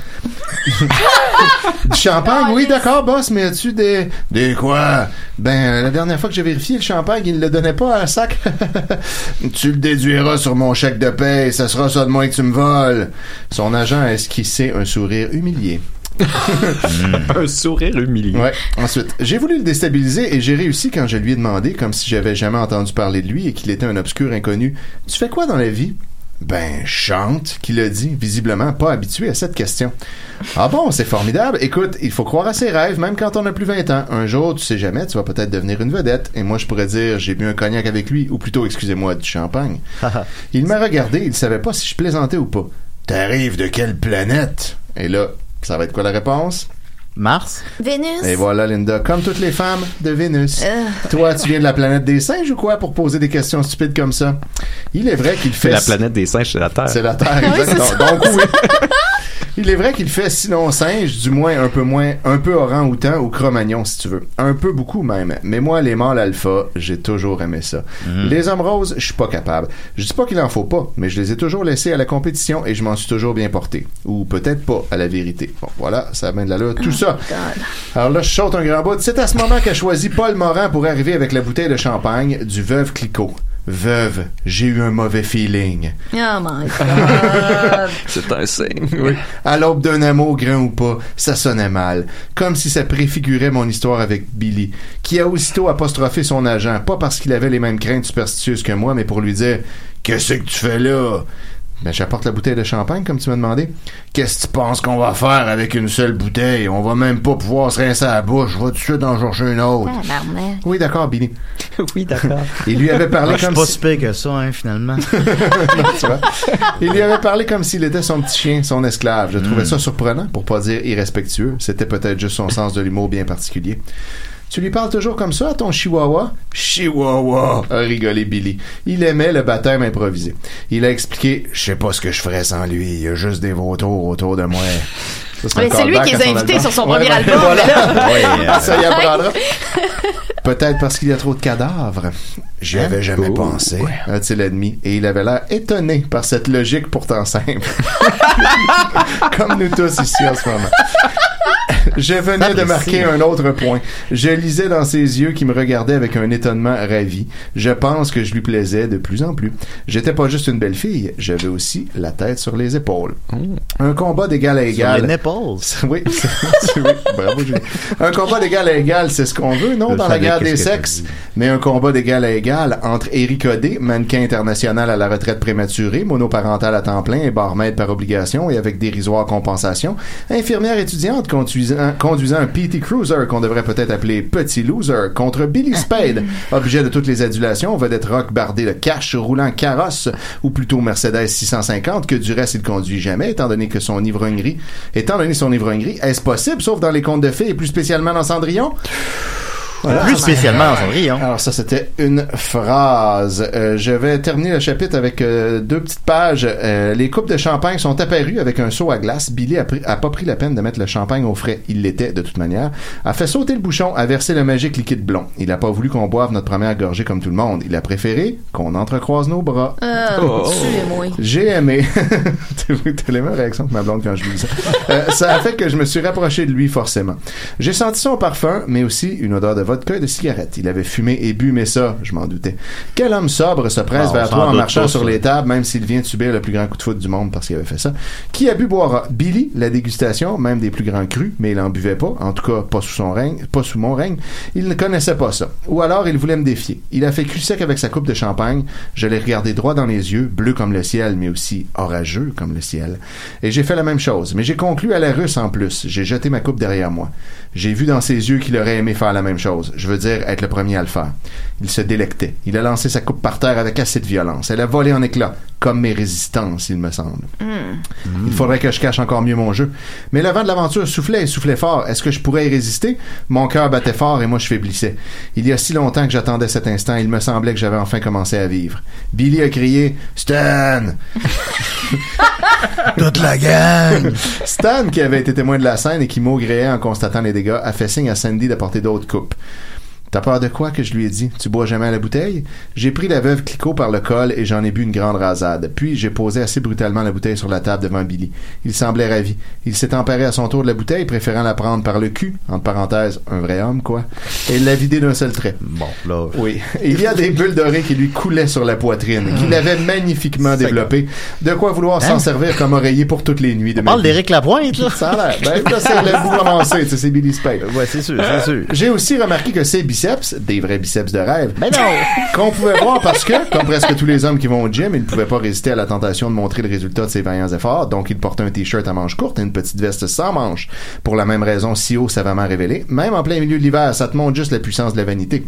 I: Du champagne, oui, d'accord, boss, mais as-tu des quoi? Ben, la dernière fois que j'ai vérifié le champagne, il le donnait pas à la sac. Tu le déduiras sur mon chèque de paye, ça sera ça de moins que tu me voles. Son agent a esquissé un sourire humilié.
J: Un sourire humilié.
I: Ouais. Ensuite, j'ai voulu le déstabiliser et j'ai réussi quand je lui ai demandé, comme si j'avais jamais entendu parler de lui et qu'il était un obscur inconnu. Tu fais quoi dans la vie? Ben, chante, qu'il a dit, visiblement pas habitué à cette question. Ah bon, c'est formidable. Écoute, il faut croire à ses rêves, même quand on a plus 20 ans. Un jour, tu sais jamais, tu vas peut-être devenir une vedette. Et moi, je pourrais dire, j'ai bu un cognac avec lui, ou plutôt, excusez-moi, du champagne. Il m'a regardé, il savait pas si je plaisantais ou pas. T'arrives de quelle planète? Et là, ça va être quoi la réponse?
H: Mars.
C: Vénus.
I: Et voilà, Linda, comme toutes les femmes de Vénus. Toi, tu viens de la planète des singes ou quoi pour poser des questions stupides comme ça? Il est vrai qu'il fait...
J: La planète des singes, c'est la Terre.
I: C'est la Terre, exactement. Donc oui. Il est vrai qu'il fait sinon singe, du moins, un peu orang-outan ou Cro-Magnon si tu veux. Un peu beaucoup même. Mais moi, les mâles alpha, j'ai toujours aimé ça. Les hommes roses, je suis pas capable. Je dis pas qu'il en faut pas, mais je les ai toujours laissés à la compétition et je m'en suis toujours bien porté. Ou peut-être pas, à la vérité. Bon, voilà, ça a bien de l'allure, tout ça. Alors là, je saute un grand bout. C'est à ce moment qu'a choisi Paul Morand pour arriver avec la bouteille de champagne du Veuve Clicquot. Veuve, j'ai eu un mauvais feeling.
C: Oh my God.
J: C'est un signe.
I: Oui. À l'aube d'un amour grand ou pas, ça sonnait mal. Comme si ça préfigurait mon histoire avec Billy, qui a aussitôt apostrophé son agent, pas parce qu'il avait les mêmes craintes superstitieuses que moi, mais pour lui dire « Qu'est-ce que tu fais là? » Ben, j'apporte la bouteille de champagne, comme tu m'as demandé. Qu'est-ce que tu penses qu'on va faire avec une seule bouteille? On va même pas pouvoir se rincer à la bouche. Va tout de suite en chercher une autre. Oui, d'accord, Billy.
J: Oui, d'accord.
I: Il lui avait parlé comme
H: je suis pas si pire que ça, hein, finalement.
I: Non, tu vois. Il lui avait parlé comme s'il était son petit chien, son esclave. Je trouvais ça surprenant, pour pas dire irrespectueux. C'était peut-être juste son sens de l'humour bien particulier. Tu lui parles toujours comme ça à ton chihuahua? Chihuahua! A rigolé Billy. Il aimait le baptême improvisé. Il a expliqué, je sais pas ce que je ferais sans lui. Il y a juste des vautours autour de moi.
C: Mais c'est lui qui les a invités sur son premier album.
I: Voilà. Ça y apprendra. Peut-être parce qu'il y a trop de cadavres. J'y avais jamais pensé, a-t-il admis. Et il avait l'air étonné par cette logique pourtant simple. Comme nous tous ici en ce moment. Je venais de marquer un autre point. Je lisais dans ses yeux qui me regardaient avec un étonnement ravi. Je pense que je lui plaisais de plus en plus. J'étais pas juste une belle fille, j'avais aussi la tête sur les épaules. Un combat d'égal à égal.
H: Sur les nipples.
I: Oui, oui, bravo Julie. Un combat d'égal à égal, c'est ce qu'on veut, non, dans la guerre des sexes. Mais un combat d'égal à égal entre Éric Odé, mannequin international à la retraite prématurée, monoparental à temps plein et barmaid par obligation et avec dérisoire compensation, infirmière étudiante conduisant un PT Cruiser qu'on devrait peut-être appeler Petit Loser, contre Billy Spade, objet de toutes les adulations, vedette rock bardée de cash, roulant carrosse, ou plutôt Mercedes 650, que du reste il conduit jamais, étant donné son ivrognerie, est-ce possible, sauf dans les contes de fées et plus spécialement dans Cendrillon? Voilà.
H: Plus spécialement dans Cendrillon.
I: Alors ça, c'était une phrase. Je vais terminer le chapitre avec 2 petites pages. Les coupes de champagne sont apparues avec un seau à glace. Billy a pas pris la peine de mettre le champagne au frais. Il l'était, de toute manière. A fait sauter le bouchon, a versé le magique liquide blond. Il a pas voulu qu'on boive notre première gorgée comme tout le monde. Il a préféré qu'on entrecroise nos bras. J'ai aimé. T'as la même réaction que ma blonde quand je lui dis ça. Ça a fait que je me suis rapproché de lui forcément. J'ai senti son parfum, mais aussi une odeur de vodka et de cigarette. Il avait fumé et bu, mais ça, je m'en doutais. Quel homme sobre se presse vers toi en marchant sur les tables, même s'il vient de subir le plus grand coup de foudre du monde parce qu'il avait fait ça? Qui a bu boira? Billy, la dégustation, même des plus grands crus, mais il en buvait pas, en tout cas pas sous mon règne. Il ne connaissait pas ça. Ou alors il voulait me défier. Il a fait cul sec avec sa coupe de champagne. Je l'ai regardé droit dans les yeux, bleu comme le ciel, mais aussi orageux comme le ciel. Et j'ai fait la même chose, mais j'ai conclu à la russe en plus. J'ai jeté ma coupe derrière moi. J'ai vu dans ses yeux qu'il aurait aimé faire la même chose. Je veux dire, être le premier à le faire. Il se délectait. Il a lancé sa coupe par terre avec assez de violence. Elle a volé en éclats, comme mes résistances, il me semble. Il faudrait que je cache encore mieux mon jeu. Mais le vent de l'aventure soufflait et soufflait fort. Est-ce que je pourrais y résister? Mon cœur battait fort et moi je faiblissais. Il y a si longtemps que j'attendais cet instant, il me semblait que j'avais enfin commencé à vivre. Billy a crié « Stan! »
H: Toute la gang!
I: Stan, qui avait été témoin de la scène et qui maugréait en constatant les dégâts, a fait signe à Sandy d'apporter d'autres coupes. T'as peur de quoi que je lui ai dit? Tu bois jamais à la bouteille? J'ai pris la Veuve Clicquot par le col et j'en ai bu une grande rasade. Puis j'ai posé assez brutalement la bouteille sur la table devant Billy. Il semblait ravi. Il s'est emparé à son tour de la bouteille, préférant la prendre par le cul, entre parenthèses, un vrai homme, quoi, et l'a vidé d'un seul trait.
H: Bon, là...
I: Oui. Il y a des bulles dorées qui lui coulaient sur la poitrine, qu'il avait magnifiquement développées. De quoi vouloir s'en servir comme oreiller pour toutes les nuits de ma vie.
H: On parle d'Éric Lapointe, là.
I: Ça a l'air. Ben, là, c'est le bout avancé, c'est Billy Spade.
H: Ouais, c'est sûr, c'est sûr.
I: J'ai aussi remarqué que ses biceps, des vrais biceps de rêve,
H: mais non,
I: qu'on pouvait voir parce que, comme presque tous les hommes qui vont au gym, il ne pouvait pas résister à la tentation de montrer le résultat de ses vaillants efforts, donc il portait un t-shirt à manches courtes et une petite veste sans manches. Pour la même raison, si haut savamment révélé, même en plein milieu de l'hiver, ça te montre juste la puissance de la vanité.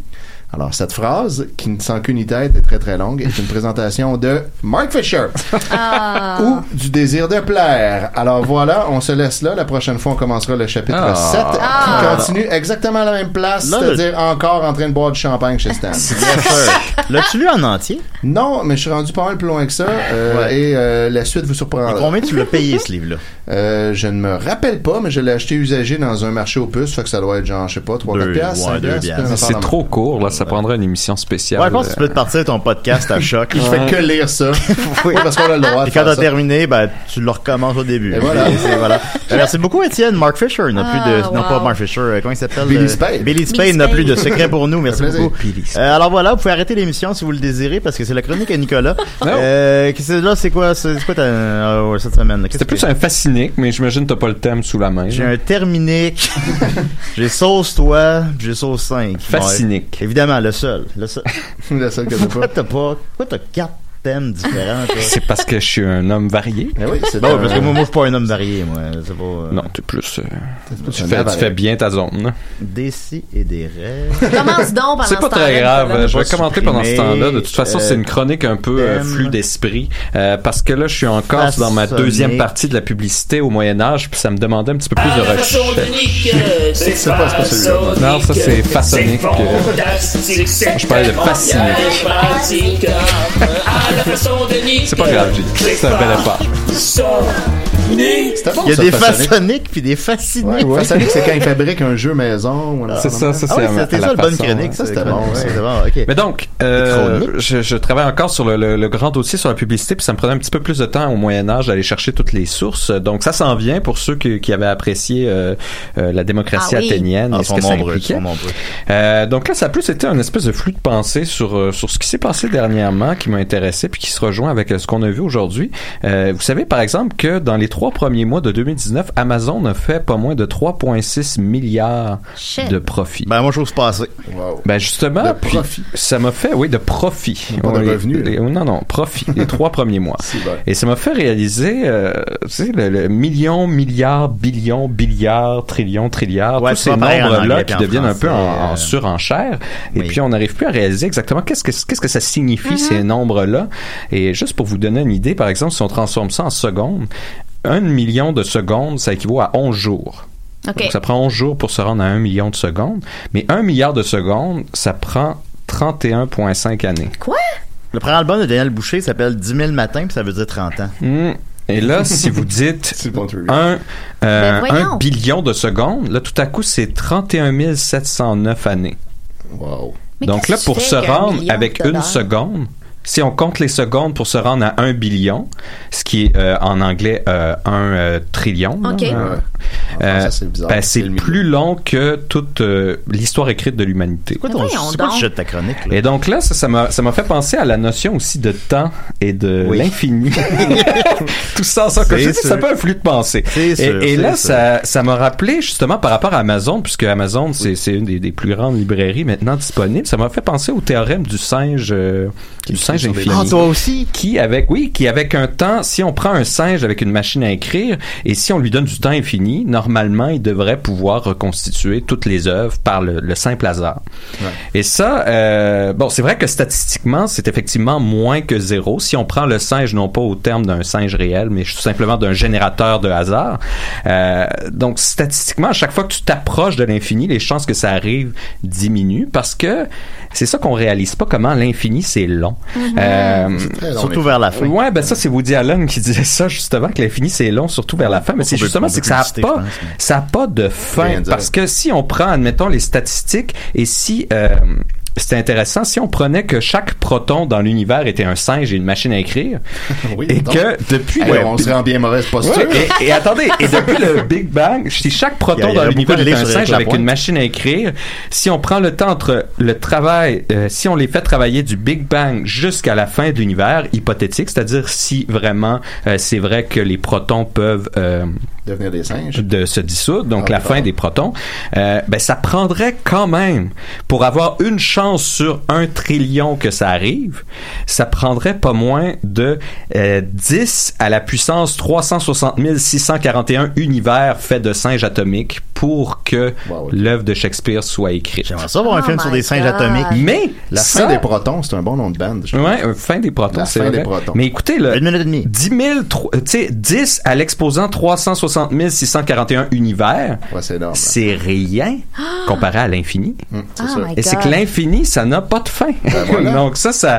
I: Alors, cette phrase, qui ne sent qu'une tête, est très très longue, est une présentation de Mark Fisher. Ou du désir de plaire. Alors voilà, on se laisse là. La prochaine fois, on commencera le chapitre 7, qui continue exactement à la même place, là, c'est-à-dire encore en train de boire du champagne chez Stan.
H: L'as-tu lu en entier?
I: Non, mais je suis rendu pas mal plus loin que ça. Et la suite vous surprendra.
H: Et combien tu l'as payé, ce livre-là?
I: Je ne me rappelle pas, mais je l'ai acheté usagé dans un marché aux puces, fait que ça doit être genre, je sais pas, 3-4 piastres, 5 piastres.
J: C'est trop court, là. Ça prendrait une émission spéciale.
H: Ouais, je pense que tu peux te partir de ton podcast à Choc.
I: Je fais que lire ça.
H: Oui,
I: parce qu'on a le droit de
H: et quand
I: faire
H: t'as terminé, ben, tu le recommences au début.
I: Et voilà.
H: Voilà. Merci beaucoup, Étienne. Mark Fisher n'a plus de, non pas Mark Fisher, comment il s'appelle?
I: Billy Spade.
H: Billy Spade n'a plus de secret pour nous. Merci beaucoup. Alors voilà, vous pouvez arrêter l'émission si vous le désirez parce que c'est la chronique à Nicolas. C'est quoi cette semaine?
J: C'était plus un fascinique, mais j'imagine que t'as pas le thème sous la main.
H: J'ai un terminique. J'ai sauce toi, j'ai sauce 5.
J: Fascinique.
H: Évidemment, le seul.
I: Le seul que t'as pas.
H: Pourquoi t'as 4 thèmes différents, toi?
J: C'est parce que je suis un homme varié.
I: Mais oui, c'est
H: bon, parce que moi, je suis pas un homme varié, moi. C'est pas,
J: Non, t'es plus. Tu fais bien ta zone.
H: Des si et des rêves.
C: Commence donc pendant
J: c'est pas très grave. Je vais commenter pendant ce temps-là. De toute façon, c'est une chronique un peu flux d'esprit. Parce que là, je suis encore dans ma deuxième partie de la publicité au Moyen-Âge, puis ça me demandait un petit peu plus de recherche.
I: C'est pas celui-là.
J: Non, ça, c'est façonnique. Je parlais de fascinique. C'est pas grave, c'est un bel effort.
I: Il
H: y a des façonniques puis des fasciniques.
I: Façonnique, c'est quand ils fabriquent un jeu maison.
J: C'est ça, c'est
H: c'était ça le bonne chronique. Ça, c'était bon. Okay.
J: Mais donc, je travaille encore sur le grand dossier sur la publicité, puis ça me prenait un petit peu plus de temps au Moyen-Âge d'aller chercher toutes les sources. Donc, ça s'en vient pour ceux qui avaient apprécié la démocratie athénienne et ce que ça impliquait. Donc là, ça a plus été un espèce de flux de pensée sur ce qui s'est passé dernièrement, qui m'a intéressé, puis qui se rejoint avec ce qu'on a vu aujourd'hui. Vous savez, par exemple, que dans les 3 premiers mois de 2019, Amazon a fait pas moins de 3,6 milliards de profits.
H: Ben, moi, j'ose passer.
I: Wow.
J: Ben, justement, puis, ça m'a fait, de profit.
I: Pas de revenus.
J: Non, profit. Les 3 premiers mois. Et ça m'a fait réaliser, tu sais, le million, milliard, billion, billiard, trillion, trilliard, tous ces nombres-là qui deviennent un peu en surenchère. Et puis, on n'arrive plus à réaliser exactement qu'est-ce que ça signifie, ces nombres-là. Et juste pour vous donner une idée, par exemple, si on transforme ça en secondes, 1 million de secondes, ça équivaut à 11 jours.
C: Okay.
J: Donc, ça prend 11 jours pour se rendre à 1 million de secondes. Mais 1 milliard de secondes, ça prend 31,5 années.
C: Quoi?
H: Le premier album de Daniel Boucher s'appelle 10 000 matins, puis ça veut dire 30 ans.
J: Et là, si vous dites 1 billion de secondes, là, tout à coup, c'est 31 709 années.
I: Wow.
C: Mais
J: donc là, pour se rendre avec une seconde, si on compte les secondes pour se rendre à 1 billion, ce qui est en anglais 1 trillion,
C: okay.
I: C'est bizarre.
J: C'est plus long que toute l'histoire écrite de l'humanité.
H: C'est quoi tu jettes ta chronique? Là?
J: Et donc là, ça m'a fait penser à la notion aussi de temps et de l'infini. Tout ça, ça peut un flux de pensée. Et là, ça m'a rappelé justement par rapport à Amazon, puisque Amazon, c'est une des plus grandes librairies maintenant disponibles. Ça m'a fait penser au théorème du singe infini.
H: Ah, toi aussi?
J: Qui avec un temps, si on prend un singe avec une machine à écrire et si on lui donne du temps infini, normalement, il devrait pouvoir reconstituer toutes les œuvres par le simple hasard. Ouais. Et ça, c'est vrai que statistiquement, c'est effectivement moins que 0. Si on prend le singe non pas au terme d'un singe réel, mais tout simplement d'un générateur de hasard. Donc, statistiquement, à chaque fois que tu t'approches de l'infini, les chances que ça arrive diminuent parce que c'est ça qu'on réalise pas, comment l'infini, c'est long.
H: Surtout vers la fin.
J: Ouais, ça c'est Woody Allen qui disait ça justement, que l'infini c'est long surtout vers la fin, mais c'est justement c'est que ça a pas de fin, parce que si on prend, admettons, les statistiques et si c'était intéressant, si on prenait que chaque proton dans l'univers était un singe et une machine à écrire, et que depuis...
I: on serait en bien mauvaise posture.
J: Et attendez, et depuis le Big Bang, si chaque proton dans l'univers était un singe avec une machine à écrire, si on prend le temps entre le travail, si on les fait travailler du Big Bang jusqu'à la fin de l'univers, hypothétique, c'est-à-dire si vraiment c'est vrai que les protons peuvent...
I: devenir des singes,
J: de se dissoudre, donc la fin des protons, ça prendrait quand même, pour avoir une chance sur 1 trillion que ça arrive, ça prendrait pas moins de 10 à la puissance 360 641 univers faits de singes atomiques pour que l'œuvre de Shakespeare soit écrite.
H: J'aimerais ça voir un film sur des singes atomiques.
J: Mais
I: la fin des protons, c'est un bon nom de band.
J: Ouais, fin des protons, c'est vrai. Mais écoutez, là,
H: 1 minute et demie.
J: 10 à l'exposant 360 641 univers.
I: Ouais, c'est énorme.
J: C'est rien comparé à l'infini.
I: C'est sûr.
J: Et c'est que l'infini, ça n'a pas de fin.
I: Ben voilà.
J: Donc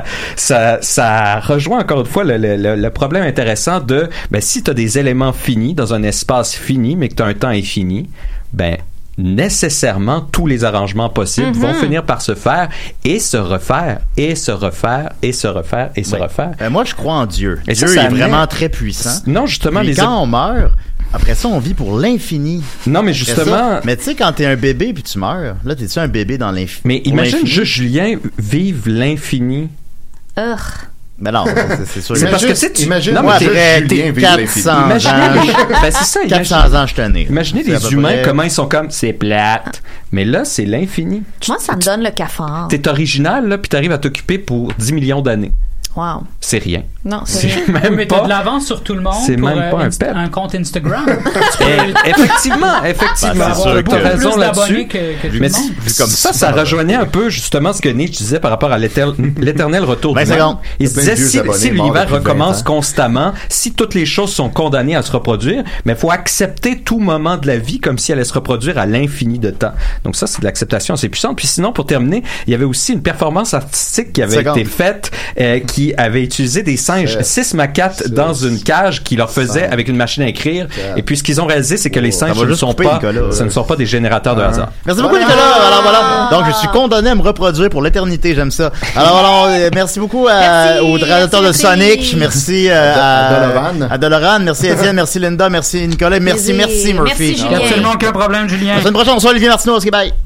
J: ça rejoint encore une fois le problème intéressant de si tu as des éléments finis dans un espace fini, mais que tu as un temps infini, nécessairement tous les arrangements possibles vont finir par se faire et se refaire et se refaire et se refaire et se refaire.
H: Moi, je crois en Dieu.
J: Et
H: Dieu est vraiment très puissant.
J: Non, justement,
H: quand on meurt, après ça, on vit pour l'infini.
J: Non, mais justement...
H: Mais tu sais, quand t'es un bébé puis tu meurs, là, t'es-tu un bébé dans l'infini?
J: Mais imagine juste Julien vivre l'infini.
H: Mais non, c'est sûr.
J: C'est parce que
I: imagine,
H: moi, t'es 400 ans.
J: C'est ça.
H: 400 ans, je tenais.
J: Imaginez les humains, comment ils sont comme, c'est plate. Mais là, c'est l'infini.
C: Moi, ça me donne le cafard.
J: T'es original, là, puis t'arrives à t'occuper pour 10 millions d'années.
C: Wow.
J: C'est rien.
C: Non, c'est rien.
J: Même
K: mais
J: pas.
K: T'as de l'avance sur tout le monde.
J: C'est
K: pour,
J: même pas
K: un compte Instagram.
J: Effectivement.
K: Avoir
J: Tu as raison
K: plus
J: là-dessus.
K: Que
J: mais
H: comme
J: ça rejoignait un peu justement ce que Nietzsche disait par rapport à l'éternel retour du monde. Il se disait si l'univers recommence constamment, si toutes les choses sont condamnées à se reproduire, mais il faut accepter tout moment de la vie comme si elle allait se reproduire à l'infini de temps. Donc ça, c'est de l'acceptation assez puissante. Puis sinon, pour terminer, il y avait aussi une performance artistique qui avait été faite, qui avait utilisé des singes, 6 macaques dans une cage qui leur faisait avec une machine à écrire. Et puis ce qu'ils ont réalisé, c'est que les singes ce ne sont pas des générateurs de hasard.
H: Merci beaucoup, Nicolas. Alors voilà. Donc je suis condamné à me reproduire pour l'éternité. J'aime ça. Alors merci beaucoup au réalisateur de Sonic. Merci à Doloran. Merci Étienne. Merci Linda. Merci Nicolas. Merci Murphy.
K: Absolument aucun problème, Julien.
H: La semaine prochaine, on reçoit Olivier Martineau. Bye.